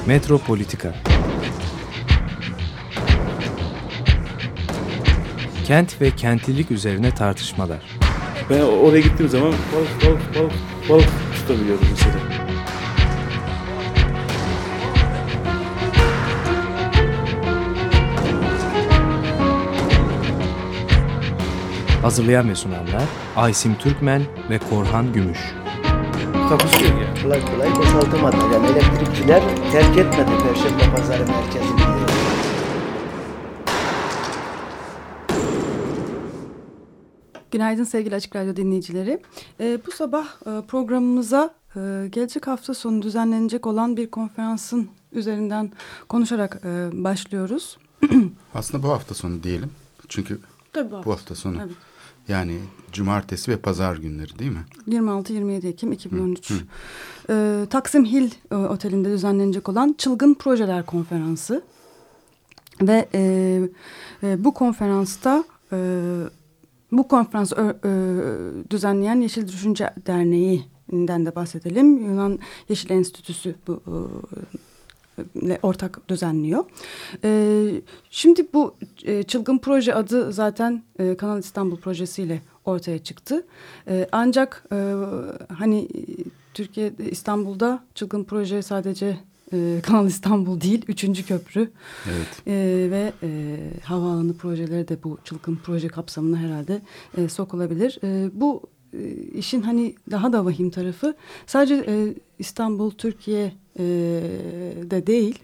Metropolitika. Kent ve kentlilik üzerine tartışmalar. Ben oraya gittiğim zaman balık tutabiliyorum mesela. Hazırlayan ve sunanlar Aysim Türkmen ve Korhan Gümüş. Takusu yok yani. Kolay kolay boşaltamadı. Yani elektrikçiler terk etmedi Perşembe Pazarı merkezini. Günaydın sevgili Açık Radyo dinleyicileri. Bu sabah programımıza gelecek hafta sonu düzenlenecek olan bir konferansın üzerinden konuşarak başlıyoruz. Aslında bu hafta sonu diyelim. Çünkü bu hafta sonu. Evet. Yani cumartesi ve pazar günleri değil mi? 26-27 Ekim 2013. Taksim Hill Oteli'nde düzenlenecek olan Çılgın Projeler Konferansı. Ve bu konferansı düzenleyen Yeşil Düşünce Derneği'nden de bahsedelim. Yunan Yeşil Enstitüsü bu ile ortak düzenliyor. Şimdi bu çılgın proje adı zaten Kanal İstanbul projesiyle ortaya çıktı. Ancak hani Türkiye İstanbul'da çılgın proje sadece Kanal İstanbul değil, 3. köprü. Evet. Ve havaalanı projeleri de bu çılgın proje kapsamına herhalde sokulabilir. Bu işin hani daha da vahim tarafı sadece İstanbul, Türkiye'de değil,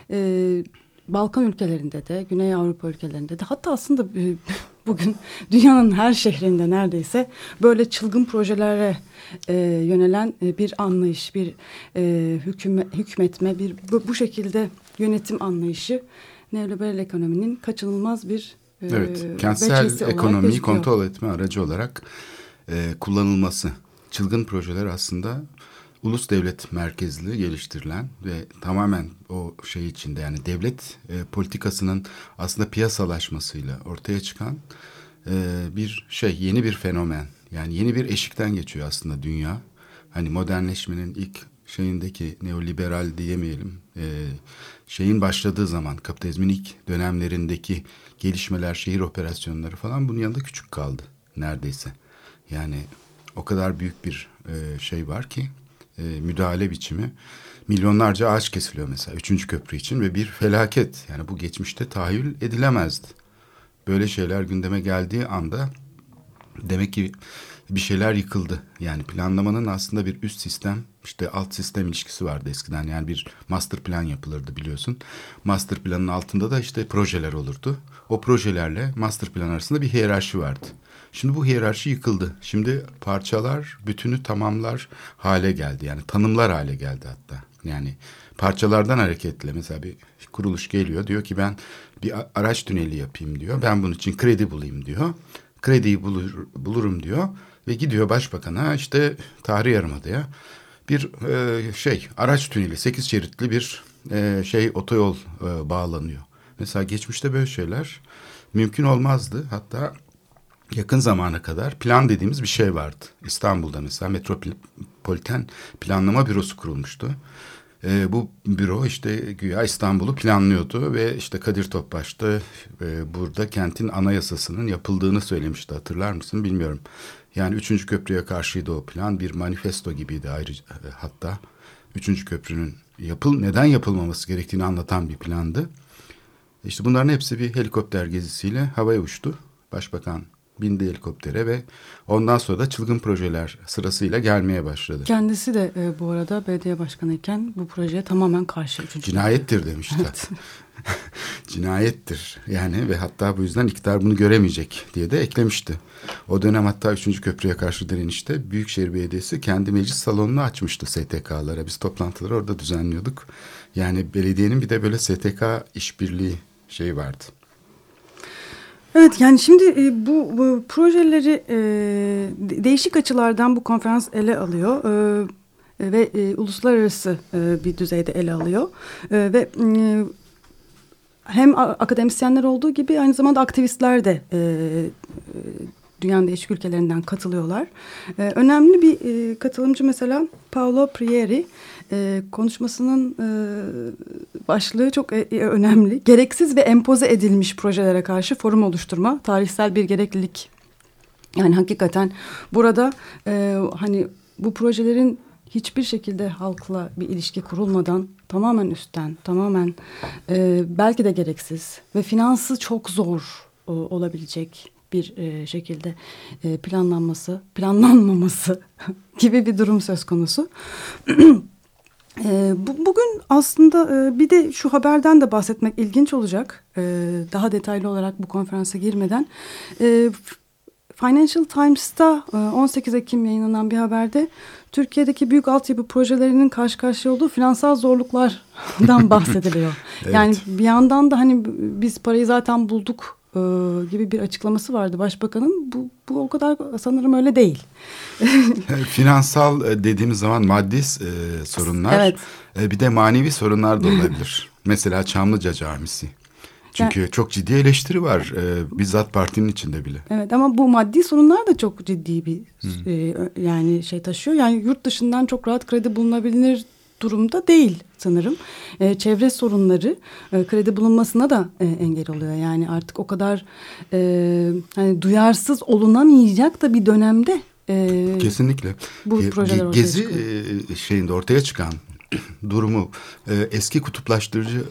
Balkan ülkelerinde de, Güney Avrupa ülkelerinde de, hatta aslında bugün dünyanın her şehrinde neredeyse böyle çılgın projelere yönelen bir anlayış, bir hükmetme, bir bu şekilde yönetim anlayışı neoliberal ekonominin kaçınılmaz bir kentsel ekonomiyi kontrol etme aracı olarak kullanılması. Çılgın projeler aslında ulus devlet merkezli geliştirilen ve tamamen o şey içinde, yani devlet politikasının aslında piyasalaşmasıyla ortaya çıkan bir şey, yeni bir fenomen. Yani yeni bir eşikten geçiyor aslında dünya. Hani modernleşmenin ilk şeyindeki neoliberal diyemeyelim, şeyin başladığı zaman, kapitalizmin ilk dönemlerindeki gelişmeler, şehir operasyonları falan bunun yanında küçük kaldı neredeyse. Yani o kadar büyük bir şey var ki, müdahale biçimi. Milyonlarca ağaç kesiliyor mesela 3. köprü için ve bir felaket. Yani bu geçmişte tahayyül edilemezdi. Böyle şeyler gündeme geldiği anda demek ki bir şeyler yıkıldı. Yani planlamanın aslında bir üst sistem, işte alt sistem ilişkisi vardı eskiden. Yani bir master plan yapılırdı biliyorsun. Master planın altında da işte projeler olurdu. O projelerle master plan arasında bir hiyerarşi vardı. Şimdi bu hiyerarşi yıkıldı. Şimdi parçalar bütünü tamamlar hale geldi. Yani tanımlar hale geldi hatta. Yani parçalardan hareketle mesela bir kuruluş geliyor. Diyor ki ben bir araç tüneli yapayım diyor. Ben bunun için kredi bulayım diyor. Krediyi bulurum diyor. Ve gidiyor başbakana, işte Tahrir Yarımada'ya bir araç tüneli, 8 şeritli bir otoyol bağlanıyor. Mesela geçmişte böyle şeyler mümkün olmazdı. Hatta yakın zamana kadar plan dediğimiz bir şey vardı. İstanbul'da mesela Metropoliten Planlama Bürosu kurulmuştu. Bu büro işte güya İstanbul'u planlıyordu ve işte Kadir Topbaş da burada kentin anayasasının yapıldığını söylemişti. Hatırlar mısın bilmiyorum. Yani 3. köprüye karşıydı o plan. Bir manifesto gibiydi ayrıca, hatta 3. köprünün neden yapılmaması gerektiğini anlatan bir plandı. İşte bunların hepsi bir helikopter gezisiyle havaya uçtu. Başbakan bindi helikoptere ve ondan sonra da çılgın projeler sırasıyla gelmeye başladı. Kendisi de bu arada belediye başkanıyken bu projeye tamamen karşı. Cinayettir demişti. Evet. Cinayettir yani ve hatta bu yüzden iktidar bunu göremeyecek diye de eklemişti. O dönem hatta 3. köprüye karşı direnişte Büyükşehir Belediyesi kendi meclis salonunu açmıştı STK'lara. Biz toplantıları orada düzenliyorduk. Yani belediyenin bir de böyle STK işbirliği şeyi vardı. Evet, yani şimdi bu projeleri değişik açılardan bu konferans ele alıyor ve uluslararası bir düzeyde ele alıyor ve hem akademisyenler olduğu gibi aynı zamanda aktivistler de dünyanın değişik ülkelerinden katılıyorlar. Önemli bir katılımcı mesela Paolo Prieri. Konuşmasının başlığı çok önemli. Gereksiz ve empoze edilmiş projelere karşı forum oluşturma, tarihsel bir gereklilik. Yani hakikaten burada hani bu projelerin hiçbir şekilde halkla bir ilişki kurulmadan tamamen üstten, tamamen belki de gereksiz ve finansı çok zor olabilecek bir şekilde planlanmaması gibi bir durum söz konusu. Bugün aslında bir de şu haberden de bahsetmek ilginç olacak. Daha detaylı olarak bu konferansa girmeden. Financial Times'ta 18 Ekim yayınlanan bir haberde Türkiye'deki büyük altyapı projelerinin karşı karşıya olduğu finansal zorluklardan bahsediliyor. Evet. Yani bir yandan da hani biz parayı zaten bulduk gibi bir açıklaması vardı Başbakan'ın. Bu o kadar sanırım öyle değil. Finansal dediğimiz zaman maddi sorunlar, evet. Bir de manevi sorunlar da olabilir. Mesela Çamlıca Camisi. Çünkü çok ciddi eleştiri var bizzat partinin içinde bile. Evet, ama bu maddi sorunlar da çok ciddi bir yani şey taşıyor. Yani yurt dışından çok rahat kredi bulunabilir durumda değil sanırım. Çevre sorunları kredi bulunmasına da engel oluyor. Yani artık o kadar hani duyarsız olunamayacak da bir dönemde. Kesinlikle. Bu projeler ortaya Gezi şeyinde ortaya çıkan durumu eski kutuplaştırıcı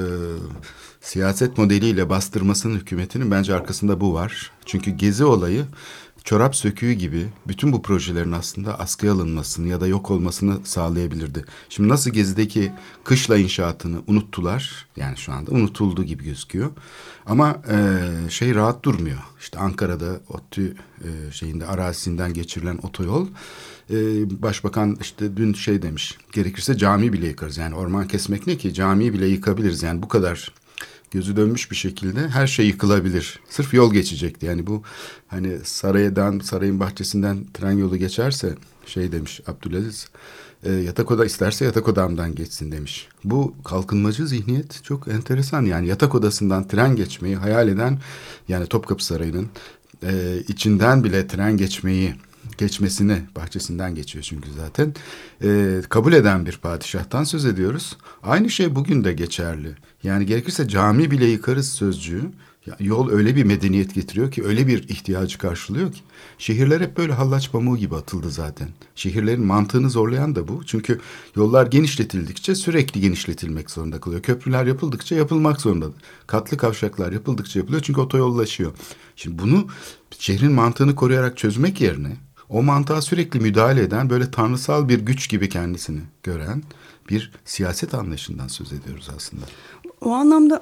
siyaset modeliyle bastırmasının hükümetinin bence arkasında bu var. Çünkü Gezi olayı çorap söküğü gibi bütün bu projelerin aslında askıya alınmasını ya da yok olmasını sağlayabilirdi. Şimdi nasıl Gezi'deki kışla inşaatını unuttular, yani şu anda unutuldu gibi gözüküyor. Ama rahat durmuyor. İşte Ankara'da ODTÜ şeyinde arazisinden geçirilen otoyol. Başbakan işte dün demiş, gerekirse cami bile yıkarız. Yani orman kesmek ne ki, camiyi bile yıkabiliriz. Yani bu kadar gözü dönmüş bir şekilde her şey yıkılabilir. Sırf yol geçecekti. Yani bu hani sarayın bahçesinden tren yolu geçerse demiş Abdülaziz, yatak oda isterse yatak odamdan geçsin demiş. Bu kalkınmacı zihniyet çok enteresan. Yani yatak odasından tren geçmeyi hayal eden, yani Topkapı Sarayı'nın içinden bile tren geçmesini, bahçesinden geçiyor çünkü zaten, kabul eden bir padişahtan söz ediyoruz. Aynı şey bugün de geçerli. Yani gerekirse cami bile yıkarız sözcüğü. Yol öyle bir medeniyet getiriyor ki, öyle bir ihtiyacı karşılıyor ki. Şehirler hep böyle hallaç pamuğu gibi atıldı zaten. Şehirlerin mantığını zorlayan da bu. Çünkü yollar genişletildikçe sürekli genişletilmek zorunda kalıyor. Köprüler yapıldıkça yapılmak zorunda. Katlı kavşaklar yapıldıkça yapılıyor çünkü otoyollaşıyor. Şimdi bunu şehrin mantığını koruyarak çözmek yerine o mantığa sürekli müdahale eden, böyle tanrısal bir güç gibi kendisini gören bir siyaset anlayışından söz ediyoruz aslında. O anlamda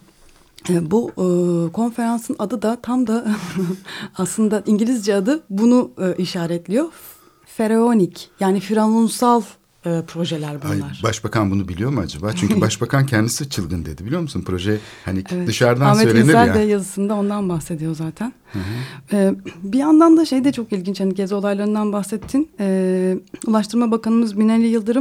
bu konferansın adı da tam da aslında İngilizce adı bunu işaretliyor. Pharaonic, yani firavunsal projeler bunlar. Başbakan bunu biliyor mu acaba? Çünkü başbakan kendisi çılgın dedi, biliyor musun? Proje hani evet, dışarıdan söylenir ya. Ahmet İnsel de yazısında ondan bahsediyor zaten. Bir yandan da de çok ilginç. Hani Gezi olaylarından bahsettin. Ulaştırma Bakanımız Binali Yıldırım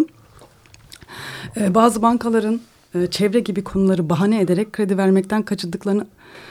bazı bankaların çevre gibi konuları bahane ederek kredi vermekten kaçındıklarını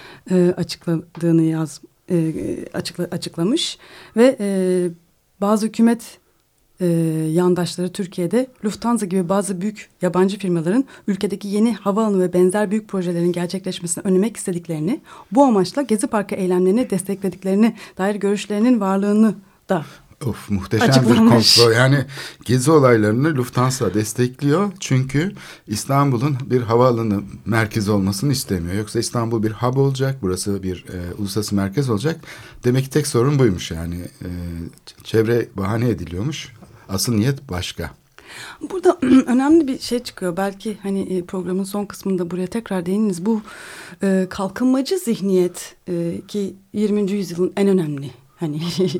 açıklamış ve bazı hükümet yandaşları Türkiye'de Lufthansa gibi bazı büyük yabancı firmaların ülkedeki yeni havaalanı ve benzer büyük projelerin gerçekleşmesini önlemek istediklerini, bu amaçla Gezi Parkı eylemlerini desteklediklerini dair görüşlerinin varlığını da muhteşem bir kontrol. Yani Gezi olaylarını Lufthansa destekliyor çünkü İstanbul'un bir havaalanı merkezi olmasını istemiyor. Yoksa İstanbul bir hub olacak, burası bir uluslararası merkez olacak. Demek ki tek sorun buymuş yani. Çevre bahane ediliyormuş. Asıl niyet başka. Burada önemli bir şey çıkıyor. Belki hani programın son kısmında buraya tekrar değininiz. Bu kalkınmacı zihniyet ki 20. yüzyılın en önemli hani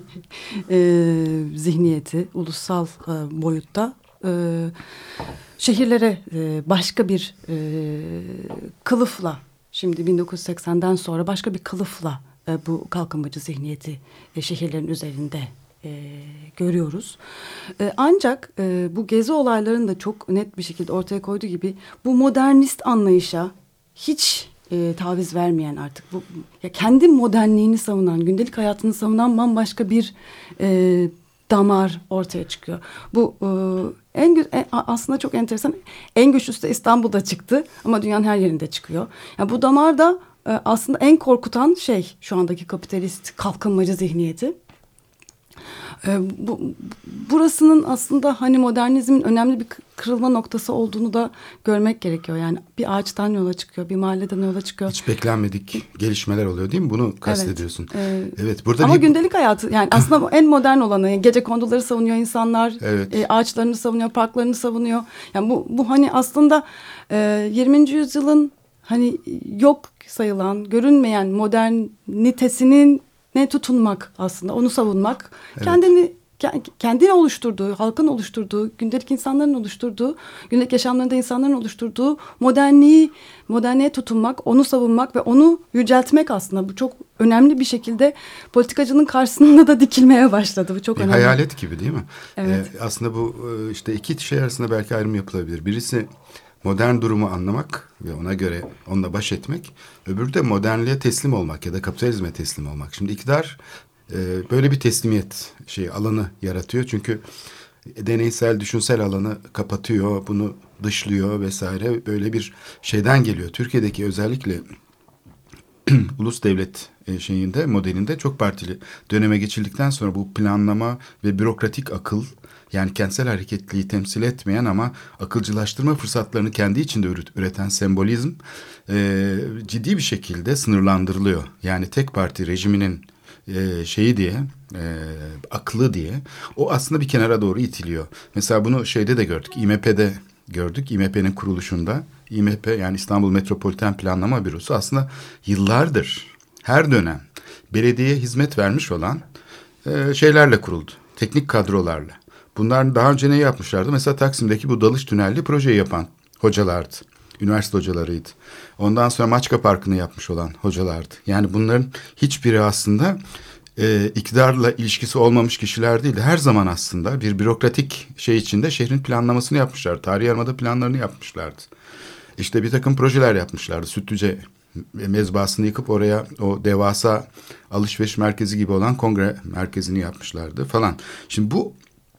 zihniyeti ulusal boyutta şehirlere başka bir kılıfla, şimdi 1980'den sonra başka bir kılıfla bu kalkınmacı zihniyeti şehirlerin üzerinde görüyoruz. Ancak bu Gezi olaylarını da çok net bir şekilde ortaya koyduğu gibi bu modernist anlayışa hiç taviz vermeyen artık bu ya kendi modernliğini savunan, gündelik hayatını savunan bambaşka bir damar ortaya çıkıyor. Bu aslında çok enteresan. En güçlüsü de İstanbul'da çıktı ama dünyanın her yerinde çıkıyor. Yani bu damar da aslında en korkutan şey şu andaki kapitalist kalkınmacı zihniyeti. Burasının aslında hani modernizmin önemli bir kırılma noktası olduğunu da görmek gerekiyor. Yani bir ağaçtan yola çıkıyor, bir mahalleden yola çıkıyor. Hiç beklenmedik gelişmeler oluyor değil mi? Bunu kastediyorsun. Evet. Burada ama gündelik hayatı yani aslında en modern olanı. Gecekonduları savunuyor insanlar, evet. Ağaçlarını savunuyor, parklarını savunuyor. Yani bu hani aslında 20. yüzyılın hani yok sayılan, görünmeyen modernitesinin ne tutunmak aslında, onu savunmak, evet. Kendini oluşturduğu, halkın oluşturduğu, gündelik insanların oluşturduğu, gündelik yaşamlarında insanların oluşturduğu modernliğe tutunmak, onu savunmak ve onu yüceltmek aslında. Bu çok önemli bir şekilde politikacının karşısında da dikilmeye başladı. Bu çok önemli. Hayalet gibi değil mi? Evet. Aslında bu işte iki şey arasında belki ayrım yapılabilir. Birisi modern durumu anlamak ve ona göre onunla baş etmek. Öbürü de modernliğe teslim olmak ya da kapitalizme teslim olmak. Şimdi iktidar böyle bir teslimiyet alanı yaratıyor. Çünkü deneysel, düşünsel alanı kapatıyor, bunu dışlıyor vesaire. Böyle bir şeyden geliyor. Türkiye'deki özellikle ulus devlet modelinde çok partili döneme geçildikten sonra bu planlama ve bürokratik akıl, yani kentsel hareketliği temsil etmeyen ama akılcılaştırma fırsatlarını kendi içinde üreten sembolizm ciddi bir şekilde sınırlandırılıyor. Yani tek parti rejiminin aklı diye o aslında bir kenara doğru itiliyor. Mesela bunu şeyde de gördük, İMP'de gördük. İMP'nin kuruluşunda. İMP yani İstanbul Metropoliten Planlama Bürosu aslında yıllardır her dönem belediyeye hizmet vermiş olan şeylerle kuruldu. Teknik kadrolarla. Bunlar daha önce ne yapmışlardı? Mesela Taksim'deki bu dalış tünelli projeyi yapan hocalardı. Üniversite hocalarıydı. Ondan sonra Maçka Parkı'nı yapmış olan hocalardı. Yani bunların hiçbiri aslında iktidarla ilişkisi olmamış kişiler değildi. Her zaman aslında bir bürokratik içinde şehrin planlamasını yapmışlardı. Tarihi Yarımada planlarını yapmışlardı. İşte bir takım projeler yapmışlardı. Sütlüce mezbahasını yıkıp oraya o devasa alışveriş merkezi gibi olan kongre merkezini yapmışlardı falan. Şimdi bu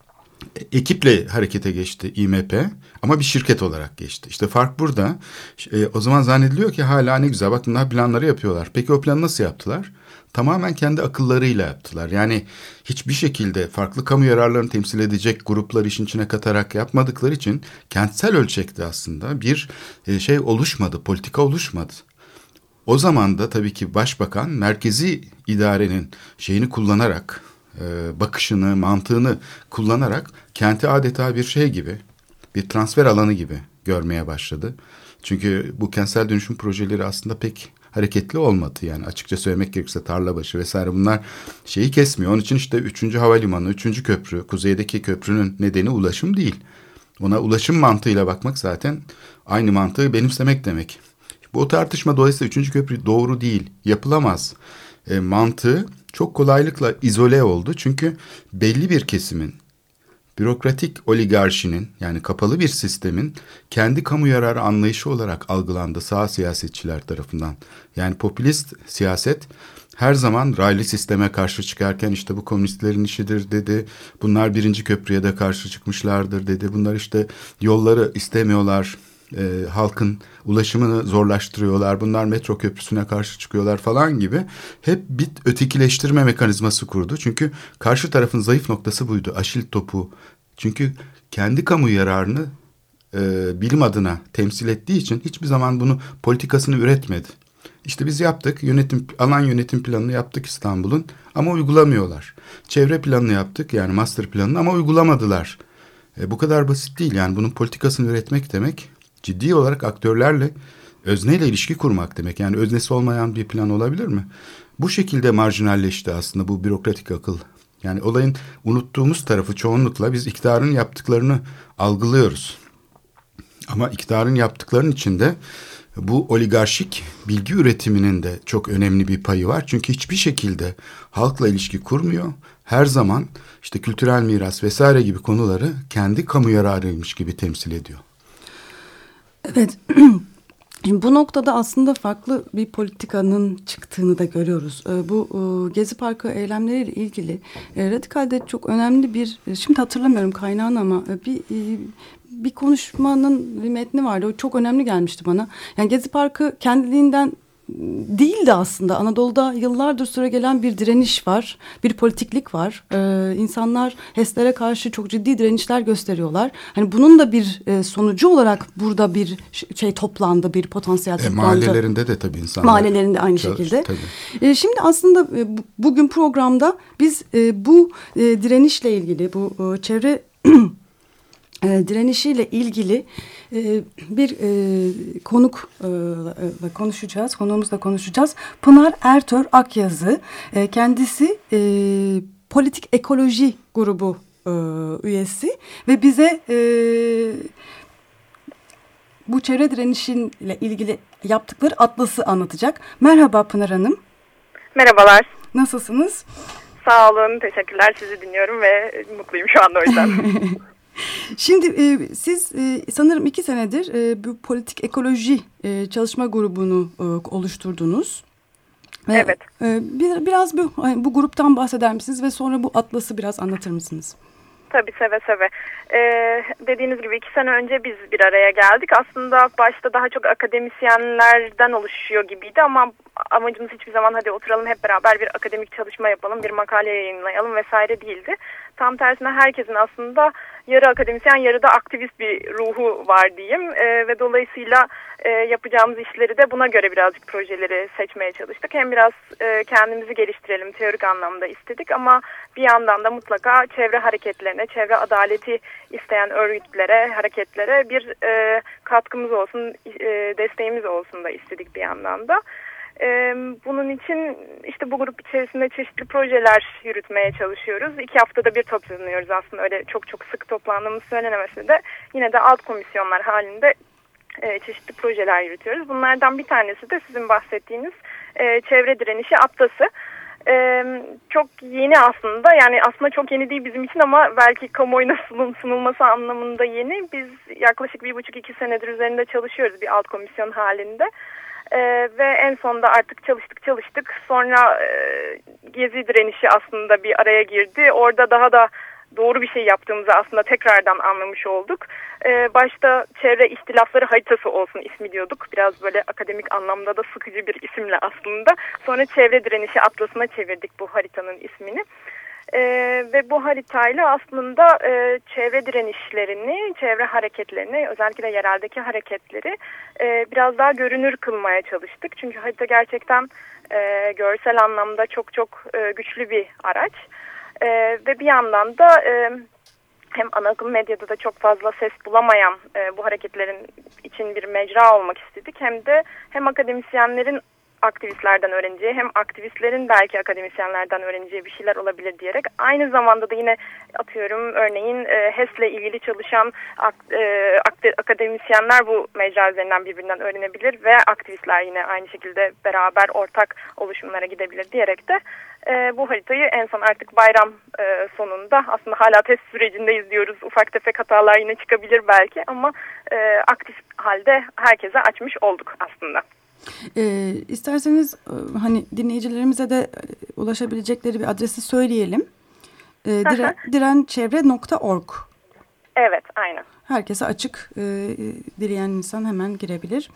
ekiple harekete geçti İMP ama bir şirket olarak geçti. İşte fark burada. O zaman zannediliyor ki hala ne güzel bak bunlar planları yapıyorlar. Peki o planı nasıl yaptılar? Tamamen kendi akıllarıyla yaptılar. Yani hiçbir şekilde farklı kamu yararlarını temsil edecek grupları işin içine katarak yapmadıkları için kentsel ölçekte aslında bir oluşmadı, politika oluşmadı. O zaman da tabii ki başbakan merkezi idarenin kullanarak, bakışını, mantığını kullanarak kenti adeta bir gibi, bir transfer alanı gibi görmeye başladı. Çünkü bu kentsel dönüşüm projeleri aslında pek hareketli olmadı. Yani açıkça söylemek gerekirse Tarlabaşı vesaire bunlar kesmiyor. Onun için işte 3. Havalimanı, 3. Köprü, kuzeydeki köprünün nedeni ulaşım değil. Ona ulaşım mantığıyla bakmak zaten aynı mantığı benimsemek demek. Bu tartışma dolayısıyla 3. köprü doğru değil, yapılamaz mantığı çok kolaylıkla izole oldu. Çünkü belli bir kesimin, bürokratik oligarşinin yani kapalı bir sistemin kendi kamu yararı anlayışı olarak algılandı sağ siyasetçiler tarafından. Yani popülist siyaset her zaman raylı sisteme karşı çıkarken işte bu komünistlerin işidir dedi. Bunlar 1. köprüye de karşı çıkmışlardır dedi. Bunlar işte yolları istemiyorlar. Halkın ulaşımını zorlaştırıyorlar. Bunlar metro köprüsüne karşı çıkıyorlar falan gibi hep bir ötekileştirme mekanizması kurdu. Çünkü karşı tarafın zayıf noktası buydu. Aşil topu. Çünkü kendi kamu yararını bilim adına temsil ettiği için hiçbir zaman bunu politikasını üretmedi. İşte biz yaptık. Alan yönetim planını yaptık İstanbul'un ama uygulamıyorlar. Çevre planını yaptık yani master planını ama uygulamadılar. Bu kadar basit değil yani bunun politikasını üretmek demek ciddi olarak aktörlerle özneyle ilişki kurmak demek. Yani öznesi olmayan bir plan olabilir mi? Bu şekilde marjinalleşti aslında bu bürokratik akıl. Yani olayın unuttuğumuz tarafı çoğunlukla biz iktidarın yaptıklarını algılıyoruz. Ama iktidarın yaptıklarının içinde bu oligarşik bilgi üretiminin de çok önemli bir payı var. Çünkü hiçbir şekilde halkla ilişki kurmuyor. Her zaman işte kültürel miras vesaire gibi konuları kendi kamu yararıymış gibi temsil ediyor. Evet. Şimdi bu noktada aslında farklı bir politikanın çıktığını da görüyoruz. Bu Gezi Parkı eylemleriyle ilgili Radikal'de çok önemli bir, şimdi hatırlamıyorum kaynağını ama bir konuşmanın bir metni vardı. O çok önemli gelmişti bana. Yani Gezi Parkı kendiliğinden değildi aslında. Anadolu'da yıllardır süregelen bir direniş var, bir politiklik var. İnsanlar HES'lere karşı çok ciddi direnişler gösteriyorlar. Hani bunun da bir sonucu olarak burada bir şey toplandı, bir potansiyel toplandı. Mahallelerinde de tabii insanlar. Mahallelerinde aynı şekilde. Şimdi aslında bugün programda biz bu direnişle ilgili, bu çevre direnişiyle ilgili bir konuğumuzla konuşacağız. Pınar Ertör Akyazı, kendisi Politik Ekoloji grubu üyesi ve bize bu çevre direnişiyle ilgili yaptıkları atlası anlatacak. Merhaba Pınar Hanım. Merhabalar. Nasılsınız? Sağ olun, teşekkürler. Sizi dinliyorum ve mutluyum şu anda o yüzden. Şimdi siz sanırım 2 senedir bu politik ekoloji çalışma grubunu oluşturdunuz. Evet. Biraz bu gruptan bahseder misiniz ve sonra bu atlası biraz anlatır mısınız? Tabii seve seve. Dediğiniz gibi 2 sene önce biz bir araya geldik. Aslında başta daha çok akademisyenlerden oluşuyor gibiydi ama amacımız hiçbir zaman hadi oturalım hep beraber bir akademik çalışma yapalım, bir makale yayınlayalım vesaire değildi. Tam tersine herkesin aslında yarı akademisyen yarı da aktivist bir ruhu var diyeyim ve dolayısıyla yapacağımız işleri de buna göre birazcık projeleri seçmeye çalıştık. Hem biraz kendimizi geliştirelim teorik anlamda istedik ama bir yandan da mutlaka çevre hareketlerine, çevre adaleti isteyen örgütlere, hareketlere bir katkımız olsun, desteğimiz olsun da istedik bir yandan da. Bunun için işte bu grup içerisinde çeşitli projeler yürütmeye çalışıyoruz. 2 haftada bir toplanıyoruz aslında, öyle çok çok sık toplandığımız söylenemese de yine de alt komisyonlar halinde çeşitli projeler yürütüyoruz. Bunlardan bir tanesi de sizin bahsettiğiniz çevre direnişi atlası. Çok yeni aslında, yani aslında çok yeni değil bizim için ama belki kamuoyuna sunulması anlamında yeni. Biz yaklaşık 1,5-2 senedir üzerinde çalışıyoruz bir alt komisyon halinde. Ve en sonunda artık çalıştık. Sonra Gezi direnişi aslında bir araya girdi. Orada daha da doğru bir şey yaptığımızı aslında tekrardan anlamış olduk. Başta çevre ihtilafları haritası olsun ismi diyorduk. Biraz böyle akademik anlamda da sıkıcı bir isimle aslında. Sonra çevre direnişi atlasına çevirdik bu haritanın ismini. Ve bu haritayla aslında çevre direnişlerini, çevre hareketlerini, özellikle yereldeki hareketleri biraz daha görünür kılmaya çalıştık. Çünkü harita gerçekten görsel anlamda çok çok güçlü bir araç. Ve bir yandan da hem ana akım medyada da çok fazla ses bulamayan bu hareketlerin için bir mecra olmak istedik. Hem de hem akademisyenlerin aktivistlerden öğreneceği hem aktivistlerin belki akademisyenlerden öğreneceği bir şeyler olabilir diyerek aynı zamanda da yine atıyorum örneğin HES'le ilgili çalışan akademisyenler bu mecra üzerinden birbirinden öğrenebilir ve aktivistler yine aynı şekilde beraber ortak oluşumlara gidebilir diyerek de bu haritayı en son artık bayram sonunda, aslında hala test sürecindeyiz diyoruz, ufak tefek hatalar yine çıkabilir belki ama aktif halde herkese açmış olduk aslında. İsterseniz hani dinleyicilerimize de ulaşabilecekleri bir adresi söyleyelim. Dirençevre.org. Evet, aynen. Herkese açık, dileyen insan hemen girebilir.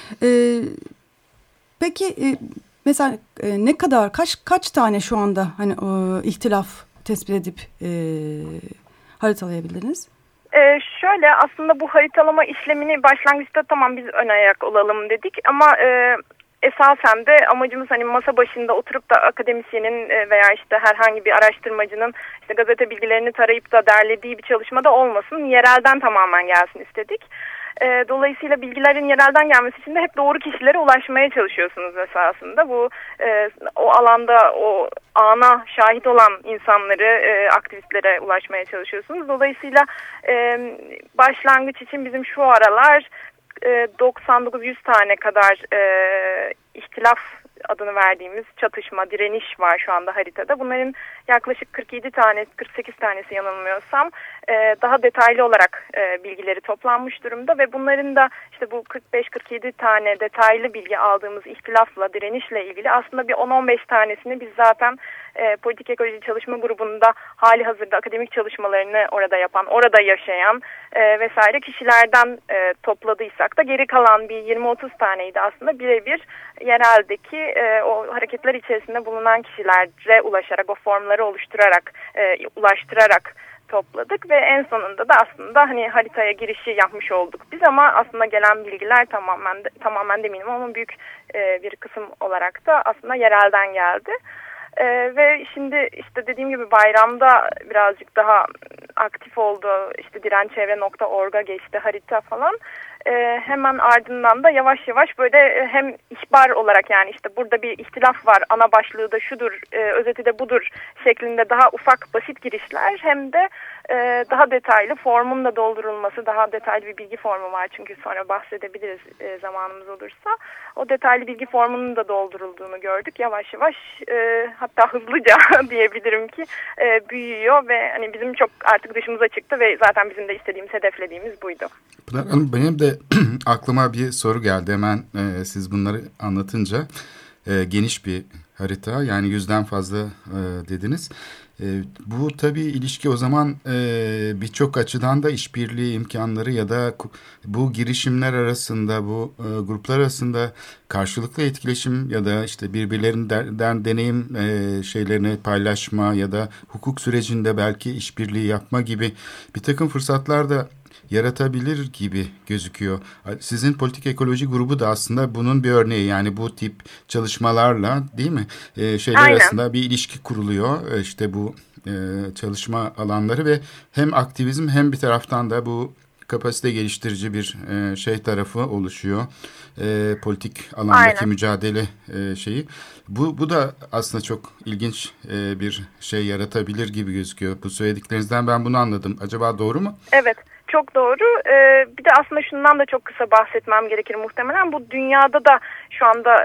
Peki mesela ne kadar, kaç tane şu anda hani ihtilaf tespit edip haritalayabildiniz? Şöyle aslında bu haritalama işlemini başlangıçta tamam biz ön ayak olalım dedik ama esasen de amacımız hani masa başında oturup da akademisyenin veya işte herhangi bir araştırmacının işte gazete bilgilerini tarayıp da derlediği bir çalışmada olmasın, yerelden tamamen gelsin istedik. Dolayısıyla bilgilerin yerelden gelmesi için de hep doğru kişilere ulaşmaya çalışıyorsunuz esasında. Bu o alanda o ana şahit olan insanları, aktivistlere ulaşmaya çalışıyorsunuz. Dolayısıyla başlangıç için bizim şu aralar 99-100 tane kadar ihtilaf adını verdiğimiz çatışma, direniş var şu anda haritada. Bunların yaklaşık 48 tanesi yanılmıyorsam daha detaylı olarak bilgileri toplanmış durumda ve bunların da işte bu 45-47 tane detaylı bilgi aldığımız ihtilafla, direnişle ilgili aslında bir 10-15 tanesini biz zaten Politik Ekoloji Çalışma Grubu'nda hali hazırda akademik çalışmalarını orada yapan, orada yaşayan vesaire kişilerden topladıysak da geri kalan bir 20-30 taneydi aslında birebir yereldeki o hareketler içerisinde bulunan kişilere ulaşarak, o formları oluşturarak, ulaştırarak topladık ve en sonunda da aslında hani haritaya girişi yapmış olduk biz ama aslında gelen bilgiler tamamen deminim ama büyük bir kısım olarak da aslında yerelden geldi. Ve şimdi işte dediğim gibi bayramda birazcık daha aktif oldu. İşte dirençevre.org'a geçti harita falan. Hemen ardından da yavaş yavaş böyle hem ihbar olarak yani işte burada bir ihtilaf var, ana başlığı da şudur, özeti de budur şeklinde daha ufak basit girişler hem de daha detaylı formun da doldurulması, daha detaylı bir bilgi formu var çünkü sonra bahsedebiliriz zamanımız olursa. O detaylı bilgi formunun da doldurulduğunu gördük. Yavaş yavaş hatta hızlıca diyebilirim ki büyüyor ve hani bizim çok artık dışımıza çıktı ve zaten bizim de istediğimiz, hedeflediğimiz buydu. Pınar Hanım, benim de aklıma bir soru geldi hemen siz bunları anlatınca. Geniş bir harita yani 100'den fazla dediniz. Bu tabii ilişki o zaman birçok açıdan da işbirliği imkanları ya da bu girişimler arasında, bu gruplar arasında karşılıklı etkileşim ya da işte birbirlerinden deneyim şeylerini paylaşma ya da hukuk sürecinde belki işbirliği yapma gibi bir takım fırsatlar da yaratabilir gibi gözüküyor. Sizin Politik Ekoloji grubu da aslında bunun bir örneği. Yani bu tip çalışmalarla değil mi? Şeyler Aynen. arasında bir ilişki kuruluyor. İşte bu çalışma alanları ve hem aktivizm hem bir taraftan da bu kapasite geliştirici bir şey tarafı oluşuyor. Politik alandaki Aynen. mücadele şeyi. Bu da aslında çok ilginç bir şey yaratabilir gibi gözüküyor. Bu söylediklerinizden ben bunu anladım. Acaba doğru mu? Evet. Çok doğru. Bir de aslında şundan da çok kısa bahsetmem gerekir muhtemelen. Bu dünyada da şu anda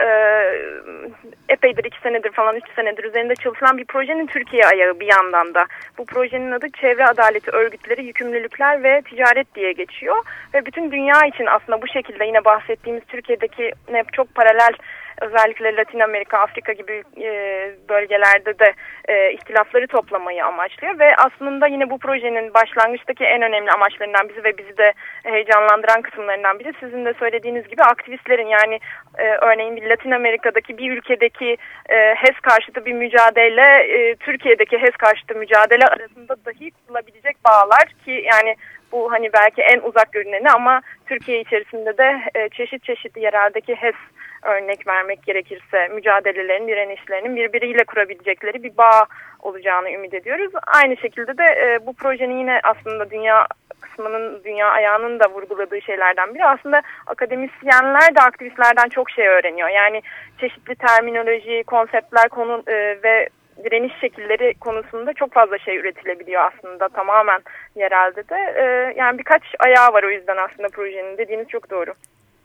epeydir 2 senedir falan 3 senedir üzerinde çalışılan bir projenin Türkiye ayağı bir yandan da. Bu projenin adı Çevre Adaleti Örgütleri, Yükümlülükler ve Ticaret diye geçiyor. Ve bütün dünya için aslında bu şekilde yine bahsettiğimiz Türkiye'deki çok paralel özellikle Latin Amerika, Afrika gibi bölgelerde de ihtilafları toplamayı amaçlıyor ve aslında yine bu projenin başlangıçtaki en önemli amaçlarından biri ve bizi de heyecanlandıran kısımlarından biri sizin de söylediğiniz gibi aktivistlerin yani örneğin bir Latin Amerika'daki bir ülkedeki HES karşıtı bir mücadele Türkiye'deki HES karşıtı mücadele arasında dahi kurulabilecek bağlar ki yani bu hani belki en uzak görüneni ama Türkiye içerisinde de çeşitli yereldeki HES örnek vermek gerekirse mücadelelerin, direnişlerinin birbiriyle kurabilecekleri bir bağ olacağını ümit ediyoruz. Aynı şekilde de bu projenin yine aslında dünya kısmının, dünya ayağının da vurguladığı şeylerden biri aslında akademisyenler de aktivistlerden çok şey öğreniyor. Yani çeşitli terminoloji, konseptler ve direniş şekilleri konusunda çok fazla şey üretilebiliyor aslında tamamen yerelde de. Yani birkaç ayağı var o yüzden aslında projenin dediğiniz çok doğru.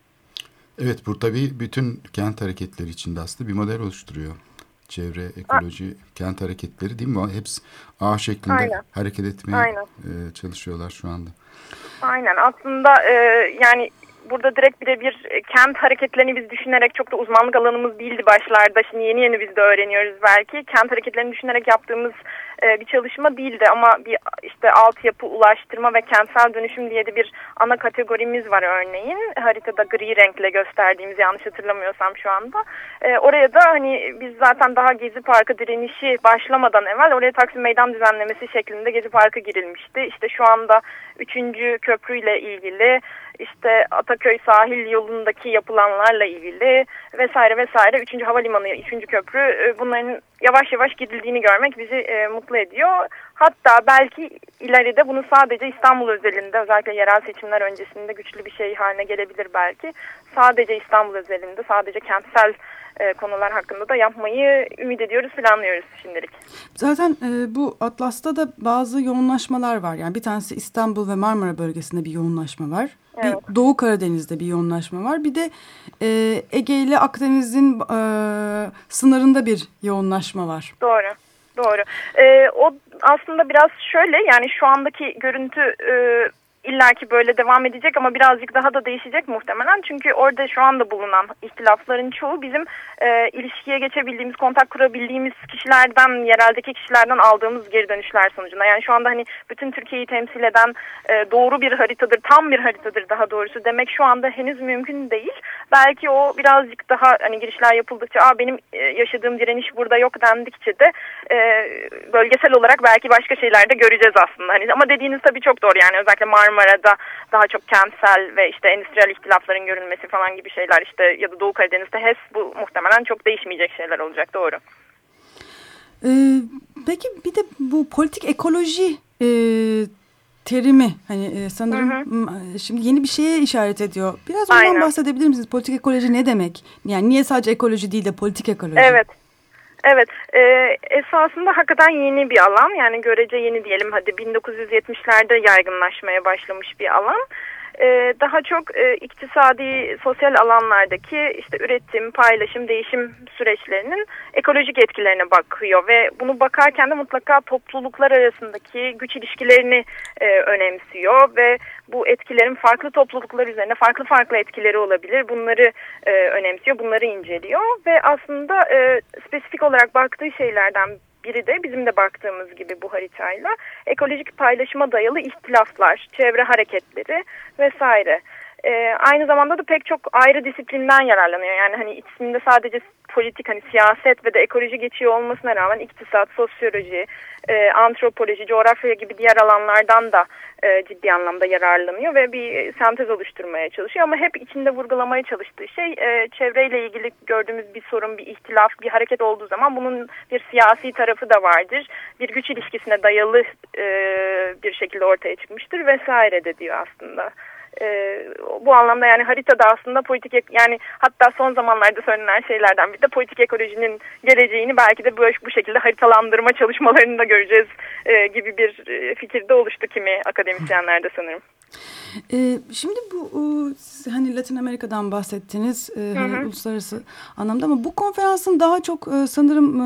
Evet, bu tabii bütün kent hareketleri içinde aslında bir model oluşturuyor. Çevre, ekoloji, kent hareketleri değil mi? Hepsi ağ şeklinde Aynen. hareket etmeye çalışıyorlar şu anda. Aynen aslında yani burada direkt birebir kent hareketlerini biz düşünerek çok da uzmanlık alanımız değildi başlarda. Şimdi yeni biz de öğreniyoruz belki. Kent hareketlerini düşünerek yaptığımız bir çalışma değildi ama bir işte altyapı, ulaştırma ve kentsel dönüşüm diye de bir ana kategorimiz var örneğin. Haritada gri renkle gösterdiğimiz yanlış hatırlamıyorsam şu anda. Oraya da hani biz zaten daha Gezi Parkı direnişi başlamadan evvel oraya Taksim Meydan düzenlemesi şeklinde Gezi Parkı girilmişti. İşte şu anda 3. köprüyle ilgili işte Ataköy sahil yolundaki yapılanlarla ilgili vesaire 3. havalimanı, 3. köprü bunların yavaş yavaş gidildiğini görmek bizi mutlu ediyor. Hatta belki ileride bunu sadece İstanbul özelinde, özellikle yerel seçimler öncesinde güçlü bir şey haline gelebilir belki. Sadece İstanbul özelinde, sadece kentsel konular hakkında da yapmayı ümit ediyoruz, planlıyoruz şimdilik. Zaten bu Atlas'ta da bazı yoğunlaşmalar var. Yani bir tanesi İstanbul ve Marmara bölgesinde bir yoğunlaşma var. Evet. Bir Doğu Karadeniz'de bir yoğunlaşma var. Bir de Ege ile Akdeniz'in sınırında bir yoğunlaşma var. Doğru. Doğru. O aslında biraz şöyle, yani şu andaki görüntü illaki böyle devam edecek ama birazcık daha da değişecek muhtemelen. Çünkü orada şu anda bulunan ihtilafların çoğu bizim ilişkiye geçebildiğimiz, kontak kurabildiğimiz kişilerden, yereldeki kişilerden aldığımız geri dönüşler sonucunda. Yani şu anda hani bütün Türkiye'yi temsil eden doğru bir haritadır, tam bir haritadır daha doğrusu demek şu anda henüz mümkün değil. Belki o birazcık daha hani girişler yapıldıkça, benim yaşadığım direniş burada yok dendikçe de bölgesel olarak belki başka şeyler de göreceğiz aslında. Hani, ama dediğiniz tabii çok doğru, yani özellikle Marmara'da daha çok kentsel ve işte endüstriyel ihtilafların görülmesi falan gibi şeyler, işte ya da Doğu Karadeniz'de HES, bu muhtemelen çok değişmeyecek şeyler olacak, doğru. Peki bir de bu politik ekoloji terimi hani sanırım şimdi yeni bir şeye işaret ediyor. Biraz ondan bahsedebilir misiniz? Politik ekoloji ne demek? Yani niye sadece ekoloji değil de politik ekoloji? Evet, esasında hakikaten yeni bir alan, yani görece yeni diyelim, hadi 1970'lerde yaygınlaşmaya başlamış bir alan. Daha çok iktisadi, sosyal alanlardaki işte üretim, paylaşım, değişim süreçlerinin ekolojik etkilerine bakıyor ve bunu bakarken de mutlaka topluluklar arasındaki güç ilişkilerini önemsiyor ve bu etkilerin farklı topluluklar üzerine farklı etkileri olabilir. Bunları önemsiyor, bunları inceliyor ve aslında spesifik olarak baktığı şeylerden biri de bizim de baktığımız gibi bu haritayla ekolojik paylaşıma dayalı ihtilaflar, çevre hareketleri vesaire. Aynı zamanda da pek çok ayrı disiplinden yararlanıyor. Yani hani isminde sadece politik, hani siyaset ve de ekoloji geçiyor olmasına rağmen iktisat, sosyoloji, antropoloji, coğrafya gibi diğer alanlardan da ciddi anlamda yararlanıyor ve bir sentez oluşturmaya çalışıyor. Ama hep içinde vurgulamaya çalıştığı şey çevreyle ilgili gördüğümüz bir sorun, bir ihtilaf, bir hareket olduğu zaman bunun bir siyasi tarafı da vardır. Bir güç ilişkisine dayalı bir şekilde ortaya çıkmıştır vesaire de diyor aslında. Bu anlamda yani haritada aslında politik, yani hatta son zamanlarda söylenen şeylerden biri de politik ekolojinin geleceğini belki de bu şekilde haritalandırma çalışmalarını da göreceğiz gibi bir fikirde oluştu kimi akademisyenlerde sanırım. Şimdi bu hani Latin Amerika'dan bahsettiniz hani uluslararası anlamda, ama bu konferansın daha çok sanırım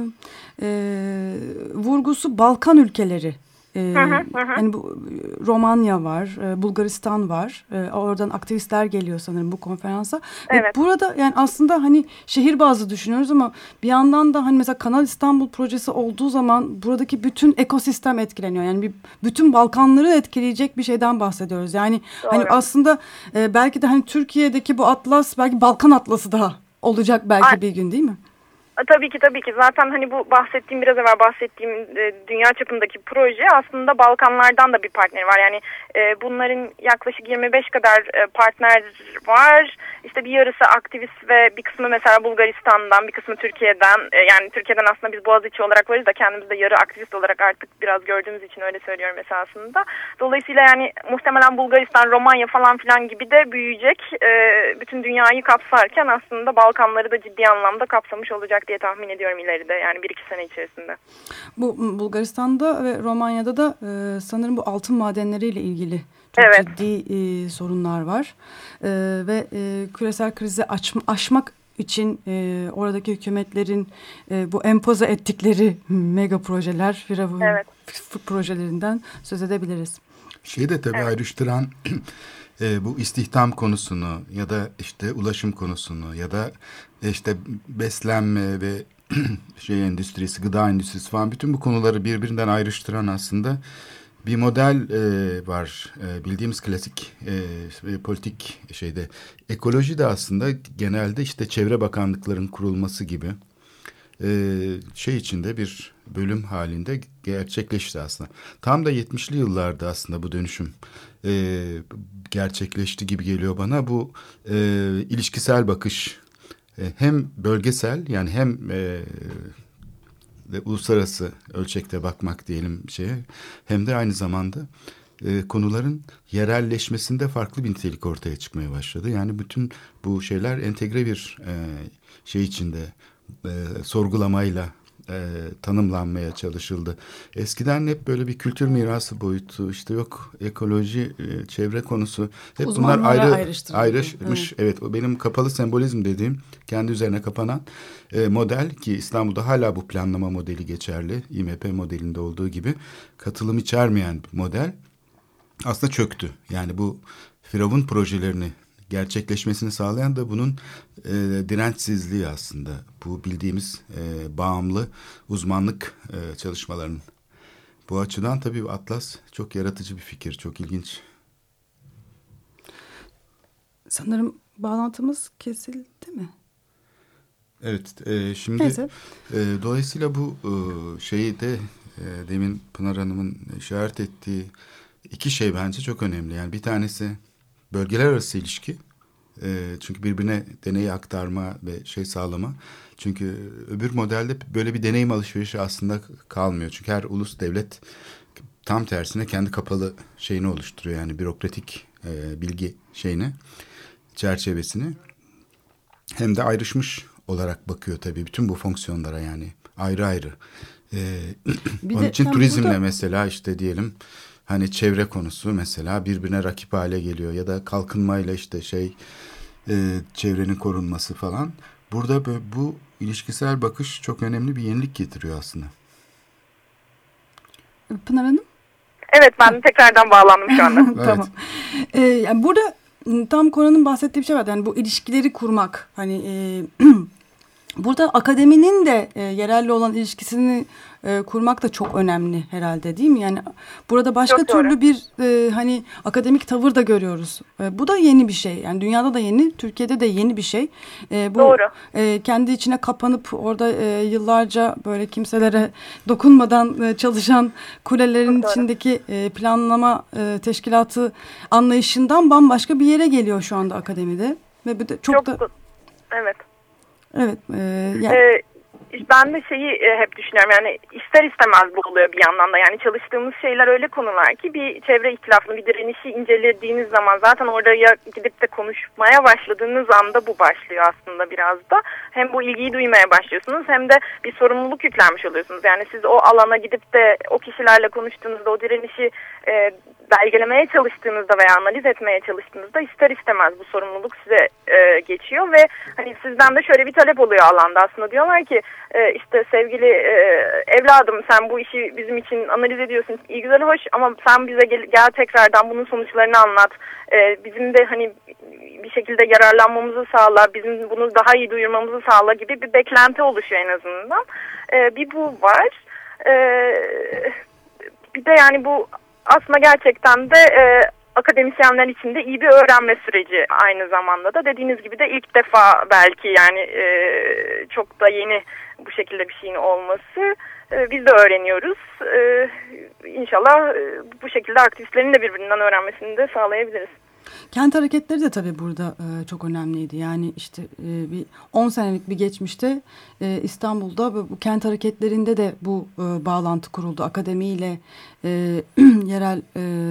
vurgusu Balkan ülkeleri. Yani bu Romanya var, Bulgaristan var. Oradan aktivistler geliyor sanırım bu konferansa. Evet. Burada yani aslında hani şehir bazlı düşünüyoruz ama bir yandan da hani mesela Kanal İstanbul projesi olduğu zaman buradaki bütün ekosistem etkileniyor. Yani bütün Balkanları etkileyecek bir şeyden bahsediyoruz. Yani doğru. Hani aslında belki de hani Türkiye'deki bu atlas belki Balkan atlası daha olacak belki bir gün, değil mi? Tabii ki. Zaten hani bu biraz evvel bahsettiğim dünya çapındaki proje aslında Balkanlardan da bir partneri var. Yani bunların yaklaşık 25 kadar partner var. İşte bir yarısı aktivist ve bir kısmı mesela Bulgaristan'dan, bir kısmı Türkiye'den. Yani Türkiye'den aslında biz Boğaziçi olarak varız da kendimiz de yarı aktivist olarak artık biraz gördüğümüz için öyle söylüyorum esasında. Dolayısıyla yani muhtemelen Bulgaristan, Romanya falan filan gibi de büyüyecek. Bütün dünyayı kapsarken aslında Balkanları da ciddi anlamda kapsamış olacak diye tahmin ediyorum ileride, yani 1-2 sene içerisinde. Bu Bulgaristan'da ve Romanya'da da sanırım bu altın madenleriyle ilgili çok ciddi sorunlar var. Ve küresel krizi aşmak için oradaki hükümetlerin bu empoze ettikleri mega projeler, projelerinden söz edebiliriz. Şeyi de tabii ayrıştıran bu istihdam konusunu ya da işte ulaşım konusunu ya da işte beslenme ve endüstrisi, gıda endüstrisi falan, bütün bu konuları birbirinden ayrıştıran aslında bir model var. Bildiğimiz klasik politik şeyde. Ekoloji de aslında genelde işte çevre bakanlıkların kurulması gibi içinde bir bölüm halinde gerçekleşti aslında. Tam da 70'li yıllarda aslında bu dönüşüm gerçekleşti gibi geliyor bana. Bu ilişkisel bakış hem bölgesel, yani hem uluslararası ölçekte bakmak diyelim şeye, hem de aynı zamanda konuların yerelleşmesinde farklı bir nitelik ortaya çıkmaya başladı. Yani bütün bu şeyler entegre bir şey içinde sorgulamayla tanımlanmaya çalışıldı. Eskiden hep böyle bir kültür mirası boyutu, işte yok ekoloji, çevre konusu, hep bunlar ayrışmış. Evet, o benim kapalı sembolizm dediğim, kendi üzerine kapanan model, ki İstanbul'da hala bu planlama modeli geçerli. İMP modelinde olduğu gibi katılım içermeyen bir model aslında çöktü. Yani bu Firavun projelerini gerçekleşmesini sağlayan da bunun dirençsizliği aslında. Bu bildiğimiz bağımlı uzmanlık çalışmalarının. Bu açıdan tabii Atlas çok yaratıcı bir fikir, çok ilginç. Sanırım bağlantımız kesildi mi? Evet, şimdi dolayısıyla bu şeyi de demin Pınar Hanım'ın işaret ettiği iki şey bence çok önemli. Yani bir tanesi bölgeler arası ilişki. Çünkü birbirine deneyi aktarma ve şey sağlama. Çünkü öbür modelde böyle bir deneyim alışverişi aslında kalmıyor. Çünkü her ulus devlet tam tersine kendi kapalı şeyini oluşturuyor. Yani bürokratik bilgi şeyini, çerçevesini. Hem de ayrışmış olarak bakıyor tabii bütün bu fonksiyonlara, yani ayrı ayrı. Onun için turizmle burada mesela işte diyelim hani çevre konusu mesela birbirine rakip hale geliyor ya da kalkınmayla işte çevrenin korunması falan. Burada bu ilişkisel bakış çok önemli bir yenilik getiriyor aslında. Pınar Hanım? Evet, ben tekrardan bağlandım şu anda. Evet. Tamam. Yani burada tam Korhan'ın bahsettiği bir şey var. Yani bu ilişkileri kurmak. Hani burada akademinin de yerelle olan ilişkisini kurmak da çok önemli herhalde, değil mi? Yani burada başka türlü bir hani akademik tavır da görüyoruz. Bu da yeni bir şey. Yani dünyada da yeni, Türkiye'de de yeni bir şey. Bu doğru. Kendi içine kapanıp orada yıllarca böyle kimselere dokunmadan çalışan kulelerin içindeki planlama teşkilatı anlayışından bambaşka bir yere geliyor şu anda akademide. Ve bu da çok da... Evet. Evet. Ben de şeyi hep düşünüyorum, yani ister istemez bu oluyor bir yandan da. Yani çalıştığımız şeyler öyle konular ki bir çevre ihtilafını, bir direnişi incelediğiniz zaman zaten oraya gidip de konuşmaya başladığınız anda bu başlıyor aslında biraz da. Hem bu ilgiyi duymaya başlıyorsunuz hem de bir sorumluluk yüklenmiş oluyorsunuz. Yani siz o alana gidip de o kişilerle konuştuğunuzda, o direnişi belgelemeye çalıştığınızda veya analiz etmeye çalıştığınızda ister istemez bu sorumluluk size geçiyor ve hani sizden de şöyle bir talep oluyor alanda aslında. Diyorlar ki işte sevgili evladım, sen bu işi bizim için analiz ediyorsun, iyi güzel hoş, ama sen bize gel tekrardan bunun sonuçlarını anlat. Bizim de hani bir şekilde yararlanmamızı sağla, bizim bunu daha iyi duyurmamızı sağla gibi bir beklenti oluşuyor en azından. Bir bu var. Bir de yani bu aslında gerçekten de akademisyenler için de iyi bir öğrenme süreci aynı zamanda da. Dediğiniz gibi de ilk defa belki yani çok da yeni bu şekilde bir şeyin olması. Biz de öğreniyoruz. İnşallah bu şekilde aktivistlerin de birbirinden öğrenmesini de sağlayabiliriz. Kent hareketleri de tabii burada çok önemliydi. Yani işte bir 10 senelik bir geçmişte İstanbul'da bu kent hareketlerinde de bu bağlantı kuruldu. Akademiyle yerel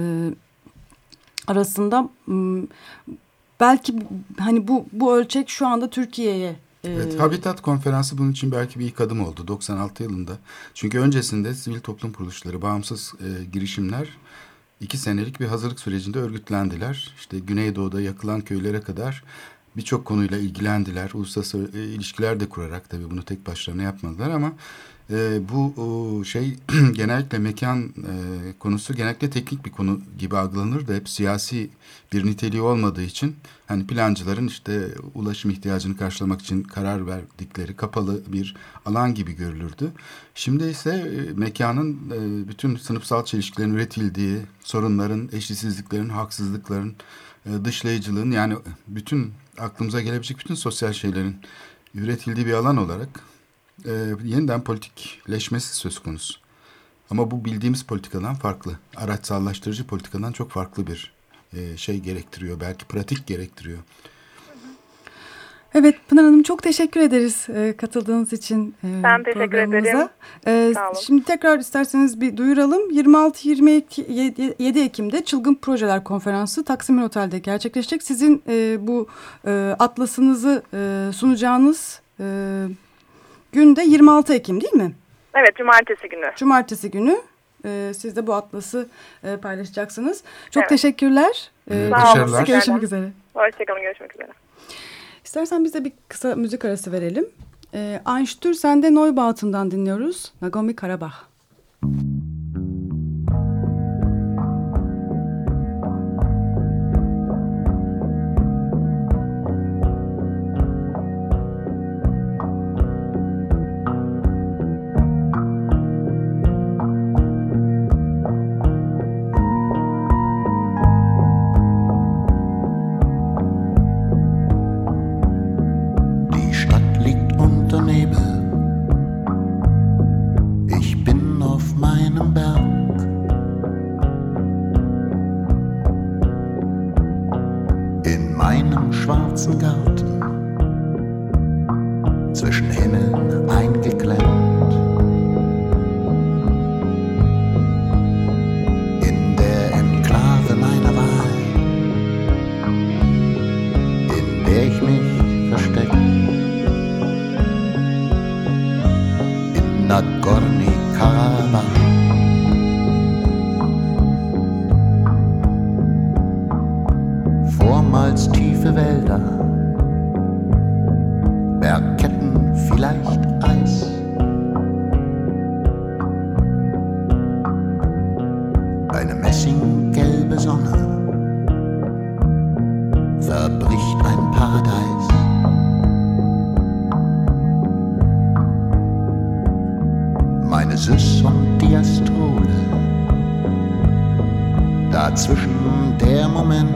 arasında. Belki hani bu ölçek şu anda Türkiye'ye. Evet, Habitat Konferansı bunun için belki bir ilk adım oldu 96 yılında. Çünkü öncesinde sivil toplum kuruluşları, bağımsız girişimler 2 senelik bir hazırlık sürecinde örgütlendiler. İşte Güneydoğu'da yakılan köylere kadar birçok konuyla ilgilendiler. Uluslararası ilişkiler de kurarak, tabii bunu tek başlarına yapmadılar ama bu şey genellikle mekan konusu genellikle teknik bir konu gibi algılanır da hep siyasi bir niteliği olmadığı için hani plancıların işte ulaşım ihtiyacını karşılamak için karar verdikleri kapalı bir alan gibi görülürdü. Şimdi ise mekanın bütün sınıfsal çelişkilerin üretildiği, sorunların, eşitsizliklerin, haksızlıkların, dışlayıcılığın, yani bütün aklımıza gelebilecek bütün sosyal şeylerin üretildiği bir alan olarak yeniden politikleşmesi söz konusu. Ama bu bildiğimiz politikadan farklı. Araçsallaştırıcı politikadan çok farklı bir şey gerektiriyor. Belki pratik gerektiriyor. Evet Pınar Hanım, çok teşekkür ederiz katıldığınız için Ben teşekkür ederim. Sağ olun. Şimdi tekrar isterseniz bir duyuralım. 26-27 Ekim'de Çılgın Projeler Konferansı Taksim Otel'de gerçekleşecek. Sizin bu atlasınızı sunacağınız gün de 26 Ekim değil mi? Evet, cumartesi günü. Cumartesi günü siz de bu atlası paylaşacaksınız. Çok evet. Teşekkürler. Başarılar. Görüşmek üzere. Hoşçakalın, görüşmek üzere. İstersen biz de bir kısa müzik arası verelim. Einstürzen'de Neubaut'undan dinliyoruz. Nagomi Karabakh. schwarzen Garten, zwischen Himmeln eingeklemmt. In der Enklave meiner Wahl, in der ich mich versteck. In Nagorny-Karabach. Vormals tiefe Wälder, Bergketten, vielleicht Eis. Eine messinggelbe Sonne verbricht ein Paradies. Meine Sys und Diastole, dazwischen der Moment.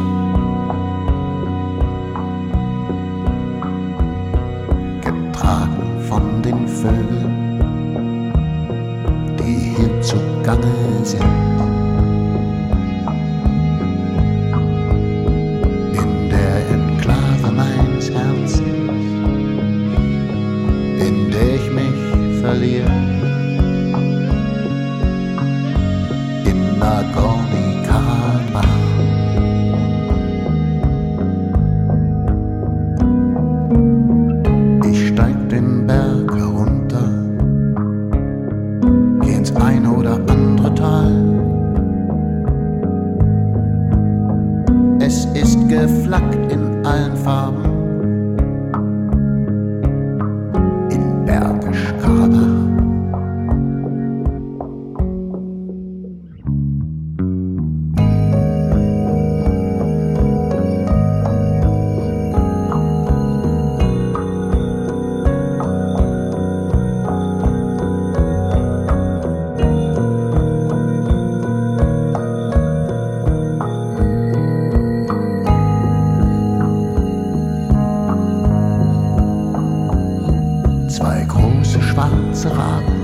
Von den Vögeln, die hier zugange sind. In der Enklave meines Herzens, in der ich mich verliere. In Nagorny-Karabach. Geflaggt in allen Farben, in Bergisch Karabach. Schwarze Raben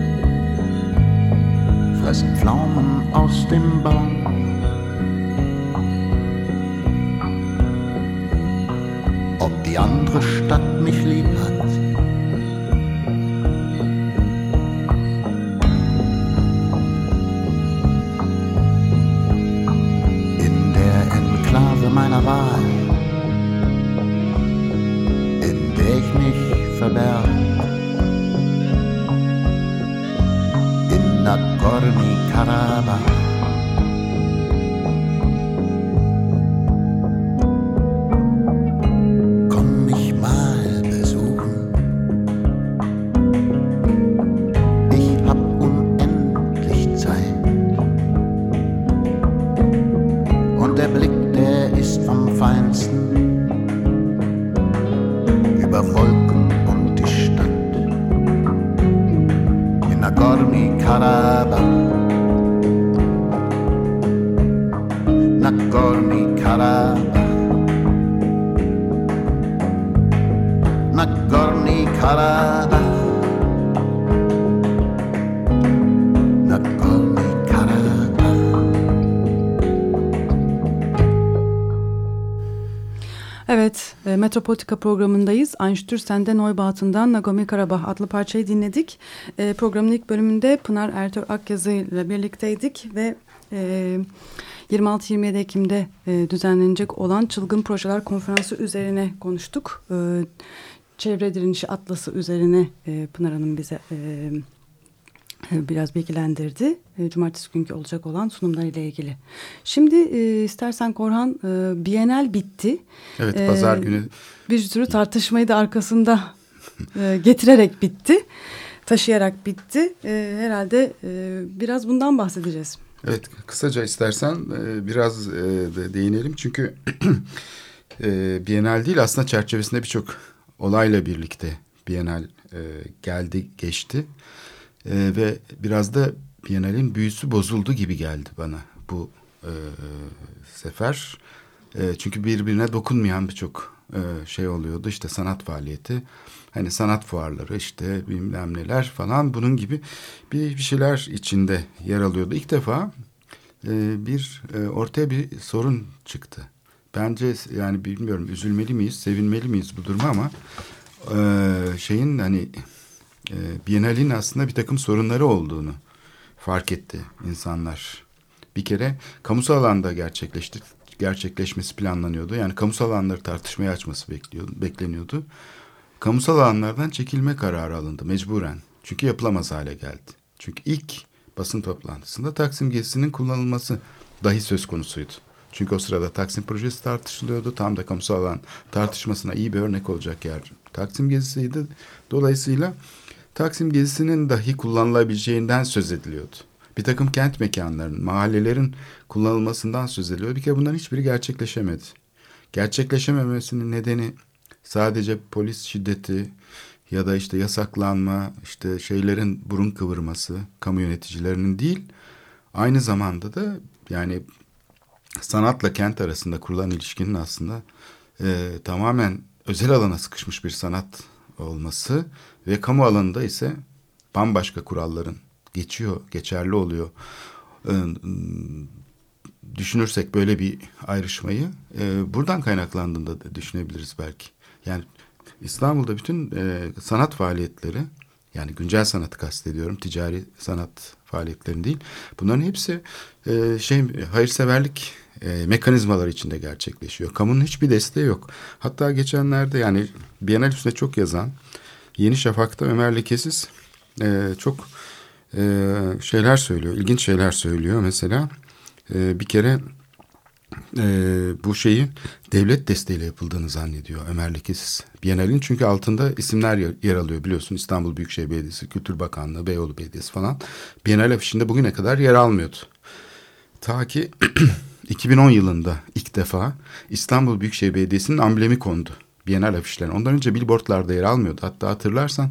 fressen Pflaumen aus dem Baum. Ob die andere Stadt mich lieb hat, in der Enklave meiner Wahl, in der ich mich verberg. Nagorny-Karabach. Komm mich mal besuchen. Ich hab unendlich Zeit. Und der Blick, der ist vom Feinsten. Über Wolken und die Stadt. Nagorny-Karabach, Nagorny-Karabach, Nagorny-Karabach, Nagorny-Karabach. Evet, Metropolitika programındayız. Einstürzen'de Neubaut'undan Nagomi Karabah adlı parçayı dinledik. Programın ilk bölümünde Pınar Ertör Akyazı ile birlikteydik ve 26-27 Ekim'de düzenlenecek olan Çılgın Projeler Konferansı üzerine konuştuk. Çevre Direnişi Atlası üzerine Pınar Hanım bize biraz bilgilendirdi. Cumartesi günkü olacak olan sunumlar ile ilgili. Şimdi istersen Korhan, Bienal bitti. Evet, pazar günü. Bir sürü tartışmayı da arkasında getirerek bitti. Taşıyarak bitti. Herhalde biraz bundan bahsedeceğiz. Evet, kısaca istersen biraz değinelim. Çünkü Bienal değil, aslında çerçevesinde birçok olayla birlikte Bienal geldi geçti. Ve biraz da Bienal'in büyüsü bozuldu gibi geldi bana bu sefer. Çünkü birbirine dokunmayan birçok şey oluyordu. İşte sanat faaliyeti, hani sanat fuarları, işte bilmem neler falan, bunun gibi bir şeyler içinde yer alıyordu. İlk defa ortaya bir sorun çıktı. Bence yani bilmiyorum, üzülmeli miyiz, sevinmeli miyiz bu duruma, ama hani Bienal'in aslında bir takım sorunları olduğunu fark etti insanlar. Bir kere kamusal alanda gerçekleşmesi planlanıyordu. Yani kamusal alanları tartışmaya açması bekleniyordu. Kamusal alanlardan çekilme kararı alındı mecburen. Çünkü yapılamaz hale geldi. Çünkü ilk basın toplantısında Taksim gezisinin kullanılması dahi söz konusuydu. Çünkü o sırada Taksim projesi tartışılıyordu. Tam da kamusal alan tartışmasına iyi bir örnek olacak yer Taksim gezisiydi. Dolayısıyla Taksim gezisinin dahi kullanılabileceğinden söz ediliyordu. Bir takım kent mekanlarının, mahallelerin kullanılmasından söz ediliyordu. Bir kere bunların hiçbiri gerçekleşemedi. Gerçekleşememesinin nedeni sadece polis şiddeti ya da işte yasaklanma, işte şeylerin burun kıvırması, kamu yöneticilerinin değil, aynı zamanda da yani sanatla kent arasında kurulan ilişkinin aslında tamamen özel alana sıkışmış bir sanat olması ve kamu alanında ise bambaşka kuralların geçerli oluyor. Düşünürsek böyle bir ayrışmayı buradan kaynaklandığını da düşünebiliriz belki. Yani İstanbul'da bütün sanat faaliyetleri, yani güncel sanatı kastediyorum, ticari sanat faaliyetlerini değil, bunların hepsi hayırseverlik mekanizmaları içinde gerçekleşiyor. Kamunun hiçbir desteği yok. Hatta geçenlerde, yani Bienal üstüne çok yazan Yeni Şafak'ta Ömer Lekesiz çok şeyler söylüyor, ilginç şeyler söylüyor. Mesela bir kere bu şeyin devlet desteğiyle yapıldığını zannediyor Ömer Lekesiz. Bienal'in, çünkü altında isimler yer alıyor, biliyorsun. İstanbul Büyükşehir Belediyesi, Kültür Bakanlığı, Beyoğlu Belediyesi falan. Bienal afişinde bugüne kadar yer almıyordu. Ta ki 2010 yılında ilk defa İstanbul Büyükşehir Belediyesi'nin amblemi kondu Bienal afişlerine. Ondan önce billboardlarda yer almıyordu. Hatta hatırlarsan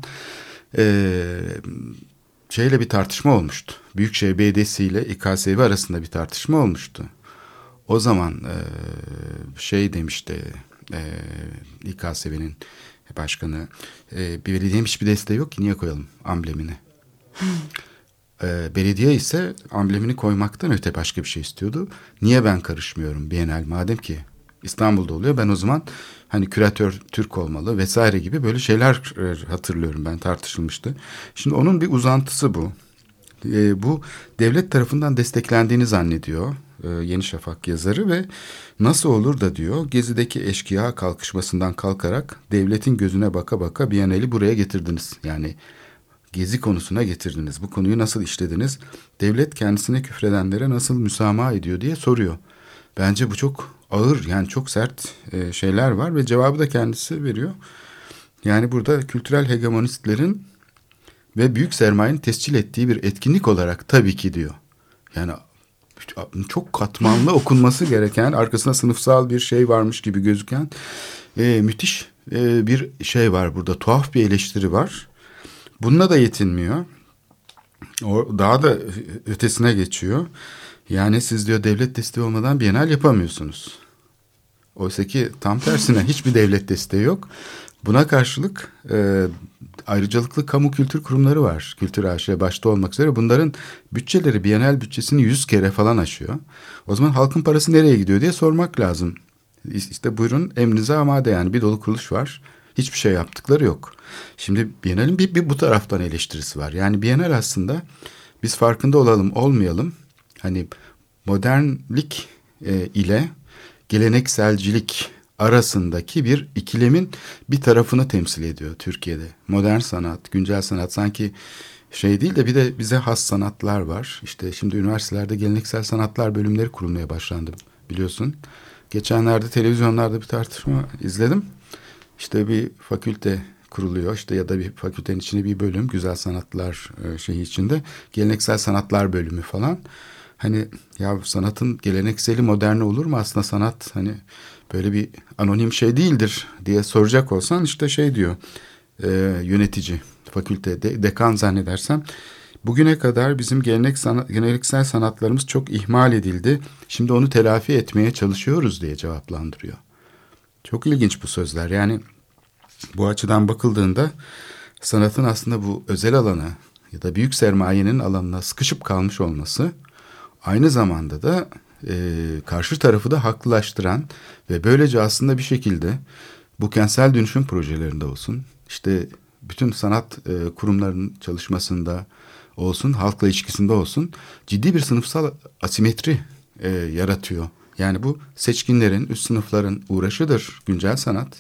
bir tartışma olmuştu. Büyükşehir Belediyesi ile İKSV arasında bir tartışma olmuştu. O zaman demişti İKSV'nin başkanı, bir belediyenin hiçbir desteği yok ki, niye koyalım amblemini? Belediye ise amblemini koymaktan öte başka bir şey istiyordu. Niye ben karışmıyorum Bienal, madem ki İstanbul'da oluyor, ben o zaman hani küratör Türk olmalı vesaire gibi böyle şeyler hatırlıyorum ben, tartışılmıştı. Şimdi onun bir uzantısı bu. Bu devlet tarafından desteklendiğini zannediyor Yeni Şafak yazarı ve nasıl olur da diyor, Gezi'deki eşkıya kalkışmasından kalkarak devletin gözüne baka baka Bienal'i buraya getirdiniz. Yani Gezi konusuna getirdiniz. Bu konuyu nasıl işlediniz? Devlet kendisine küfredenlere nasıl müsamaha ediyor diye soruyor. Bence bu çok ağır, yani çok sert şeyler var ve cevabı da kendisi veriyor. Yani burada kültürel hegemonistlerin ve büyük sermayenin tescil ettiği bir etkinlik olarak tabii ki diyor. Yani çok katmanlı okunması gereken, arkasında sınıfsal bir şey varmış gibi gözüken müthiş bir şey var burada. Tuhaf bir eleştiri var. Bununla da yetinmiyor. O daha da ötesine geçiyor. Yani siz diyor devlet desteği olmadan Bienal yapamıyorsunuz. Oysa ki tam tersine hiçbir devlet desteği yok. Buna karşılık ayrıcalıklı kamu kültür kurumları var. Kültür AŞ başta olmak üzere. Bunların bütçeleri Bienal bütçesini 100 kere falan aşıyor. O zaman halkın parası nereye gidiyor diye sormak lazım İşte buyurun emrinize amade, yani bir dolu kuruluş var. Hiçbir şey yaptıkları yok. Şimdi Biennale'in bir bu taraftan eleştirisi var. Yani Biennale aslında biz farkında olalım olmayalım, hani modernlik ile gelenekselcilik arasındaki bir ikilemin bir tarafını temsil ediyor Türkiye'de. Modern sanat, güncel sanat sanki şey değil de bir de bize has sanatlar var. İşte şimdi üniversitelerde geleneksel sanatlar bölümleri kurulmaya başlandı, biliyorsun. Geçenlerde televizyonlarda bir tartışma izledim. İşte bir fakülte kuruluyor işte, ya da bir fakültenin içinde bir bölüm güzel sanatlar şeyi içinde geleneksel sanatlar bölümü falan. Hani ya sanatın gelenekseli moderne olur mu? Aslında sanat hani böyle bir anonim şey değildir diye soracak olsan işte şey diyor yönetici fakültede, dekan zannedersem, bugüne kadar bizim geleneksel sanatlarımız çok ihmal edildi. Şimdi onu telafi etmeye çalışıyoruz diye cevaplandırıyor. Çok ilginç bu sözler. Yani bu açıdan bakıldığında sanatın aslında bu özel alana ya da büyük sermayenin alanına sıkışıp kalmış olması aynı zamanda da karşı tarafı da haklılaştıran ve böylece aslında bir şekilde bu kentsel dönüşüm projelerinde olsun, işte bütün sanat kurumlarının çalışmasında olsun, halkla ilişkisinde olsun ciddi bir sınıfsal asimetri yaratıyor. Yani bu seçkinlerin, üst sınıfların uğraşıdır güncel sanat.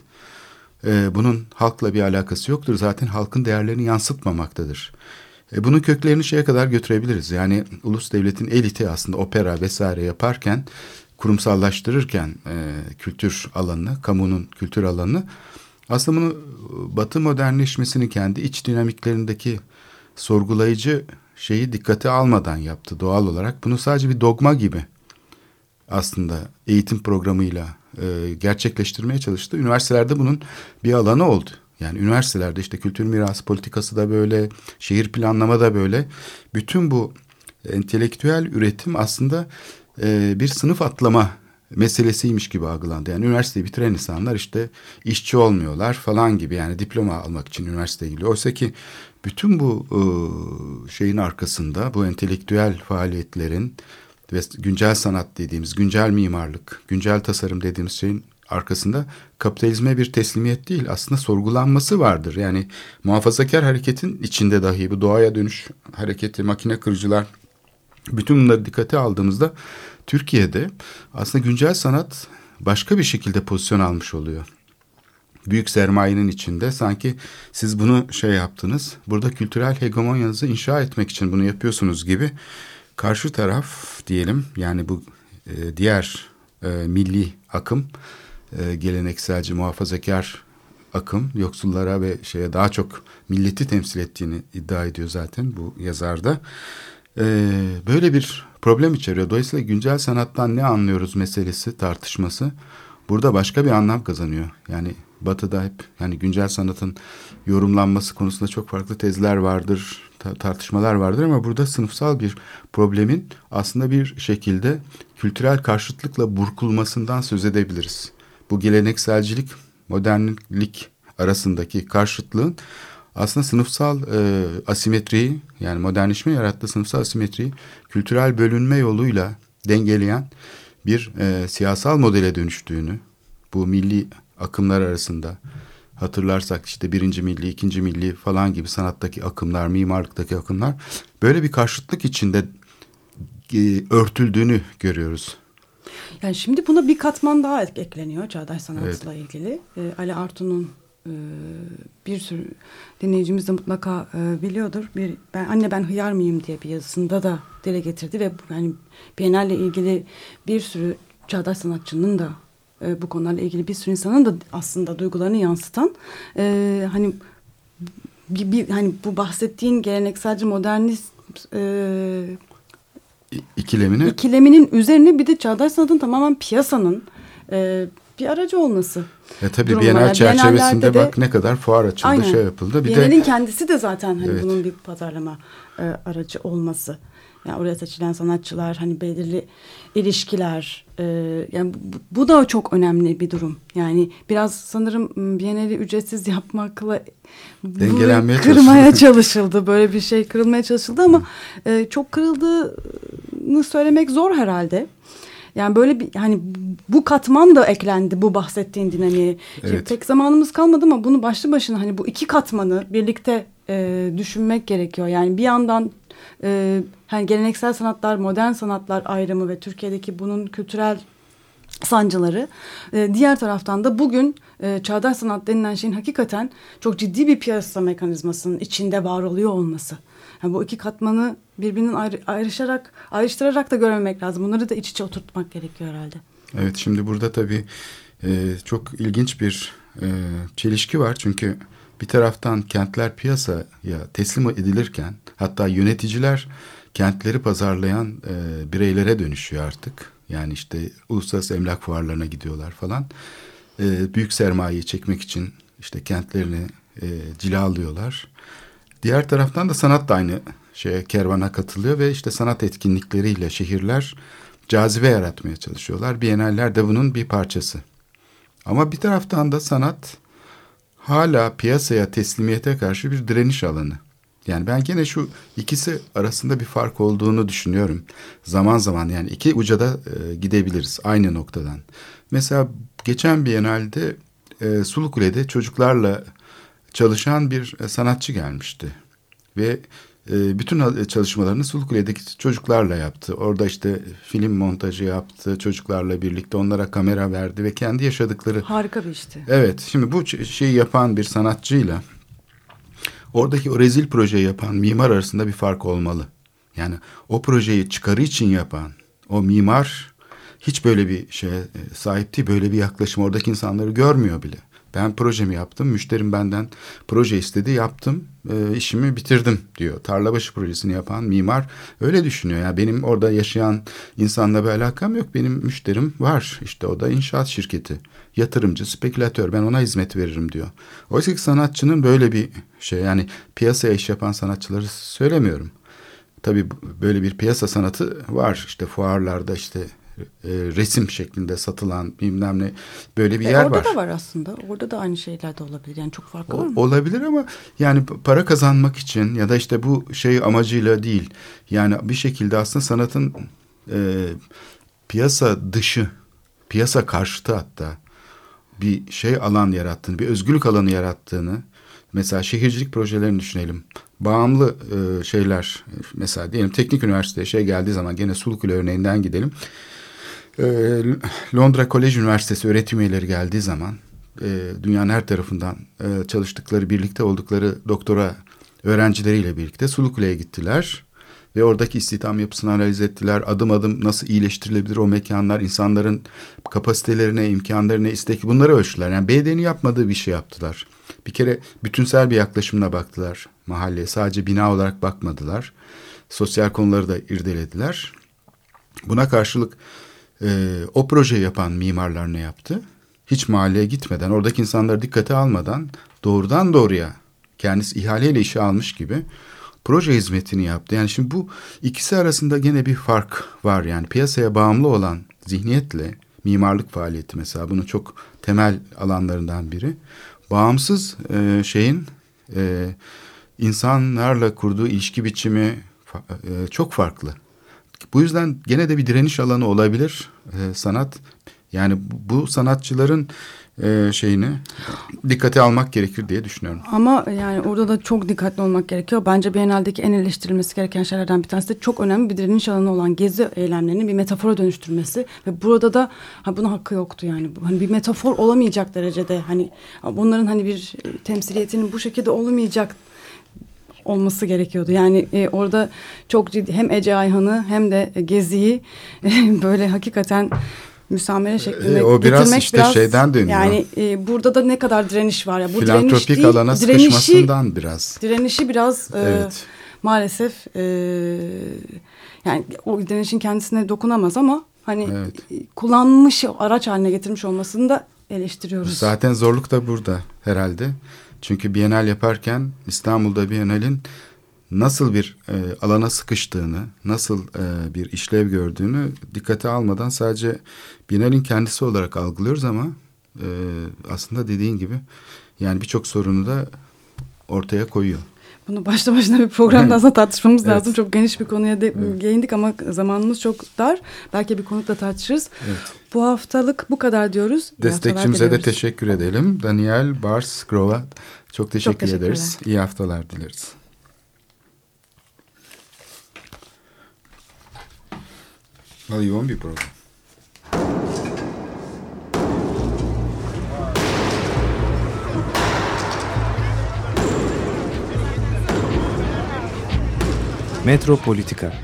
Bunun halkla bir alakası yoktur. Zaten halkın değerlerini yansıtmamaktadır. Bunun köklerini şeye kadar götürebiliriz. Yani ulus devletin eliti aslında opera vesaire yaparken, kurumsallaştırırken kültür alanını, kamunun kültür alanını, aslında bunu Batı modernleşmesinin kendi iç dinamiklerindeki sorgulayıcı şeyi dikkate almadan yaptı doğal olarak. Bunu sadece bir dogma gibi aslında eğitim programıyla gerçekleştirmeye çalıştı. Üniversitelerde bunun bir alanı oldu. Yani üniversitelerde işte kültür mirası politikası da böyle, şehir planlama da böyle. Bütün bu entelektüel üretim aslında bir sınıf atlama meselesiymiş gibi algılandı. Yani üniversiteyi bitiren insanlar işte işçi olmuyorlar falan gibi, yani diploma almak için üniversiteye gidiyor. Oysa ki bütün bu şeyin arkasında, bu entelektüel faaliyetlerin ve güncel sanat dediğimiz, güncel mimarlık, güncel tasarım dediğimiz şeyin arkasında kapitalizme bir teslimiyet değil, aslında sorgulanması vardır. Yani muhafazakar hareketin içinde dahi bu doğaya dönüş hareketi, makine kırıcılar, bütün bunları dikkate aldığımızda Türkiye'de aslında güncel sanat başka bir şekilde pozisyon almış oluyor. Büyük sermayenin içinde sanki siz bunu şey yaptınız, burada kültürel hegemonyanızı inşa etmek için bunu yapıyorsunuz gibi. Karşı taraf diyelim, yani bu diğer milli akım, gelenekselci, muhafazakar akım, yoksullara ve şeye daha çok milleti temsil ettiğini iddia ediyor zaten bu yazarda. Böyle bir problem içeriyor. Dolayısıyla güncel sanattan ne anlıyoruz meselesi, tartışması burada başka bir anlam kazanıyor. Yani Batı'da hep yani güncel sanatın yorumlanması konusunda çok farklı tezler vardır, tartışmalar vardır ama burada sınıfsal bir problemin aslında bir şekilde kültürel karşıtlıkla burkulmasından söz edebiliriz. Bu gelenekselcilik, modernlik arasındaki karşıtlığın aslında sınıfsal asimetriyi, yani modernleşme yarattığı sınıfsal asimetriyi kültürel bölünme yoluyla dengeleyen bir siyasal modele dönüştüğünü, bu milli akımlar arasında hatırlarsak işte birinci milli, ikinci milli falan gibi sanattaki akımlar, mimarlıktaki akımlar böyle bir karşıtlık içinde örtüldüğünü görüyoruz. Yani şimdi buna bir katman daha ekleniyor çağdaş sanatla ilgili. Ali Artun'un bir sürü dinleyicimiz de mutlaka biliyordur. Ben hıyar mıyım diye bir yazısında da dile getirdi ve yani Biennale ile ilgili bir sürü çağdaş sanatçının da bu konularla ilgili bir sürü insanın da aslında duygularını yansıtan hani hani bu bahsettiğin gelenekselci modernist ikileminin üzerine bir de çağdaş sanatın tamamen piyasanın bir aracı olması. Tabii Biennale çerçevesinde bak ne kadar fuar açıldı, aynen, şey yapıldı. Biennale'nin kendisi de zaten hani bunun bir pazarlama aracı olması. Yani oraya seçilen sanatçılar, hani belirli ilişkiler, yani bu da çok önemli bir durum. Yani biraz sanırım Biennale'i ücretsiz yapmakla kırmaya çalışıldı. Böyle bir şey kırılmaya çalışıldı ama çok kırıldığını söylemek zor herhalde. Yani böyle bir hani bu katman da eklendi bu bahsettiğin dinamiğe. Evet. Pek zamanımız kalmadı ama bunu başlı başına hani bu iki katmanı birlikte düşünmek gerekiyor. Yani bir yandan hani geleneksel sanatlar, modern sanatlar ayrımı ve Türkiye'deki bunun kültürel sancıları. Diğer taraftan da bugün çağdaş sanat denilen şeyin hakikaten çok ciddi bir piyasa mekanizmasının içinde var oluyor olması. Yani bu iki katmanı birbirinden ayrıştırarak da görmemek lazım. Bunları da iç içe oturtmak gerekiyor herhalde. Evet, şimdi burada tabii çok ilginç bir çelişki var. Çünkü bir taraftan kentler piyasaya teslim edilirken hatta yöneticiler kentleri pazarlayan bireylere dönüşüyor artık. Yani işte uluslararası emlak fuarlarına gidiyorlar falan. Büyük sermayeyi çekmek için işte kentlerini cilalıyorlar. Diğer taraftan da sanat da aynı kervana katılıyor ve işte sanat etkinlikleriyle şehirler cazibe yaratmaya çalışıyorlar. Biennaller de bunun bir parçası. Ama bir taraftan da sanat hala piyasaya teslimiyete karşı bir direniş alanı. Yani ben gene şu ikisi arasında bir fark olduğunu düşünüyorum. Zaman zaman yani iki uca da gidebiliriz aynı noktadan. Mesela geçen Biennale'de Sulukule'de çocuklarla çalışan bir sanatçı gelmişti. Ve bütün çalışmalarını Sulukule'deki çocuklarla yaptı. Orada işte film montajı yaptı çocuklarla birlikte, onlara kamera verdi ve kendi yaşadıkları... Harika bir işti. Evet, şimdi bu şeyi yapan bir sanatçıyla oradaki o rezil projeyi yapan mimar arasında bir fark olmalı. Yani o projeyi çıkarı için yapan o mimar hiç böyle bir şeye sahip değil, böyle bir yaklaşım oradaki insanları görmüyor bile. Ben projemi yaptım, müşterim benden proje istedi, yaptım, işimi bitirdim diyor. Tarlabaşı projesini yapan mimar öyle düşünüyor. Yani benim orada yaşayan insanla bir alakam yok, benim müşterim var. İşte o da inşaat şirketi, yatırımcı, spekülatör, ben ona hizmet veririm diyor. Oysa ki sanatçının böyle bir şey, yani piyasaya iş yapan sanatçıları söylemiyorum. Tabii böyle bir piyasa sanatı var, işte fuarlarda işte resim şeklinde satılan bilmem ne böyle bir yer var. Orada da var aslında. Orada da aynı şeyler de olabilir. Yani çok farklı var mı? Olabilir ama yani para kazanmak için ya da işte bu şey amacıyla değil. Yani bir şekilde aslında sanatın piyasa dışı, piyasa karşıtı hatta bir şey alan yarattığını, bir özgürlük alanı yarattığını, mesela şehircilik projelerini düşünelim. Bağımlı şeyler, mesela diyelim teknik üniversiteye geldiği zaman, gene Sulukule örneğinden gidelim. Londra College Üniversitesi öğretim üyeleri geldiği zaman dünyanın her tarafından çalıştıkları, birlikte oldukları doktora öğrencileriyle birlikte Sulukule'ye gittiler. Ve oradaki istihdam yapısını analiz ettiler. Adım adım nasıl iyileştirilebilir o mekanlar, insanların kapasitelerine, imkanlarına, istek, bunları ölçtüler. Yani BD'nin yapmadığı bir şey yaptılar. Bir kere bütünsel bir yaklaşımla baktılar mahalleye. Sadece bina olarak bakmadılar. Sosyal konuları da irdelediler. Buna karşılık o projeyi yapan mimarlar ne yaptı? Hiç mahalleye gitmeden, oradaki insanları dikkate almadan doğrudan doğruya kendisi ihaleyle işe almış gibi proje hizmetini yaptı. Yani şimdi bu ikisi arasında gene bir fark var. Yani piyasaya bağımlı olan zihniyetle mimarlık faaliyeti mesela bunun çok temel alanlarından biri. Bağımsız insanlarla kurduğu ilişki biçimi çok farklı. Bu yüzden gene de bir direniş alanı olabilir sanat. Yani bu sanatçıların şeyini dikkate almak gerekir diye düşünüyorum. Ama yani orada da çok dikkatli olmak gerekiyor. Bence Biennale'deki en eleştirilmesi gereken şeylerden bir tanesi de çok önemli bir direniş alanı olan gezi eylemlerini bir metafora dönüştürmesi ve burada da buna hakkı yoktu yani. Hani bir metafor olamayacak derecede, hani bunların hani bir temsiliyetinin bu şekilde olamayacak olması gerekiyordu. Yani orada çok ciddi hem Ece Ayhan'ı hem de Gezi'yi böyle hakikaten müsamere şeklinde o biraz getirmek işte şeyden dönüyor. Yani burada da ne kadar direniş var ya. Bu filantropik direniş değil, alana sıkışmasından biraz. Direnişi biraz evet. Maalesef yani o direnişin kendisine dokunamaz ama hani evet. Kullanmış araç haline getirmiş olmasını da eleştiriyoruz. Zaten zorluk da burada herhalde. Çünkü Biennale yaparken İstanbul'da Biennale'in nasıl bir alana sıkıştığını, nasıl bir işlev gördüğünü dikkate almadan sadece Biennale'in kendisi olarak algılıyoruz ama aslında dediğin gibi yani birçok sorunu da ortaya koyuyor. Bunu başta başına bir programda aslında tartışmamız Evet. lazım. Çok geniş bir konuya değindik ama zamanımız çok dar. Belki bir konukla tartışırız. Evet. Bu haftalık bu kadar diyoruz. Destekçimize de teşekkür edelim. Daniel Barsgrova çok teşekkür ederiz. İyi haftalar dileriz. Yoğun bir program. Metropolitika.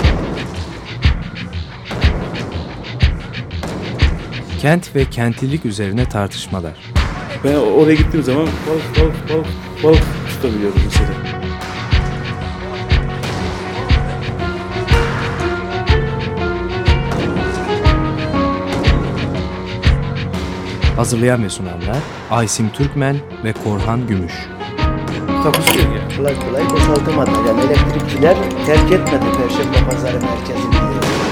Kent ve kentlilik üzerine tartışmalar. Ben oraya gittiğim zaman balık tutabiliyordum mesela. Hazırlayan ve sunanlar Aysim Türkmen ve Korhan Gümüş. Takusuyor ya. Kolay kolay boşaltamadı. Yani elektrikçiler terk etmedi Perşembe Pazarı merkezini.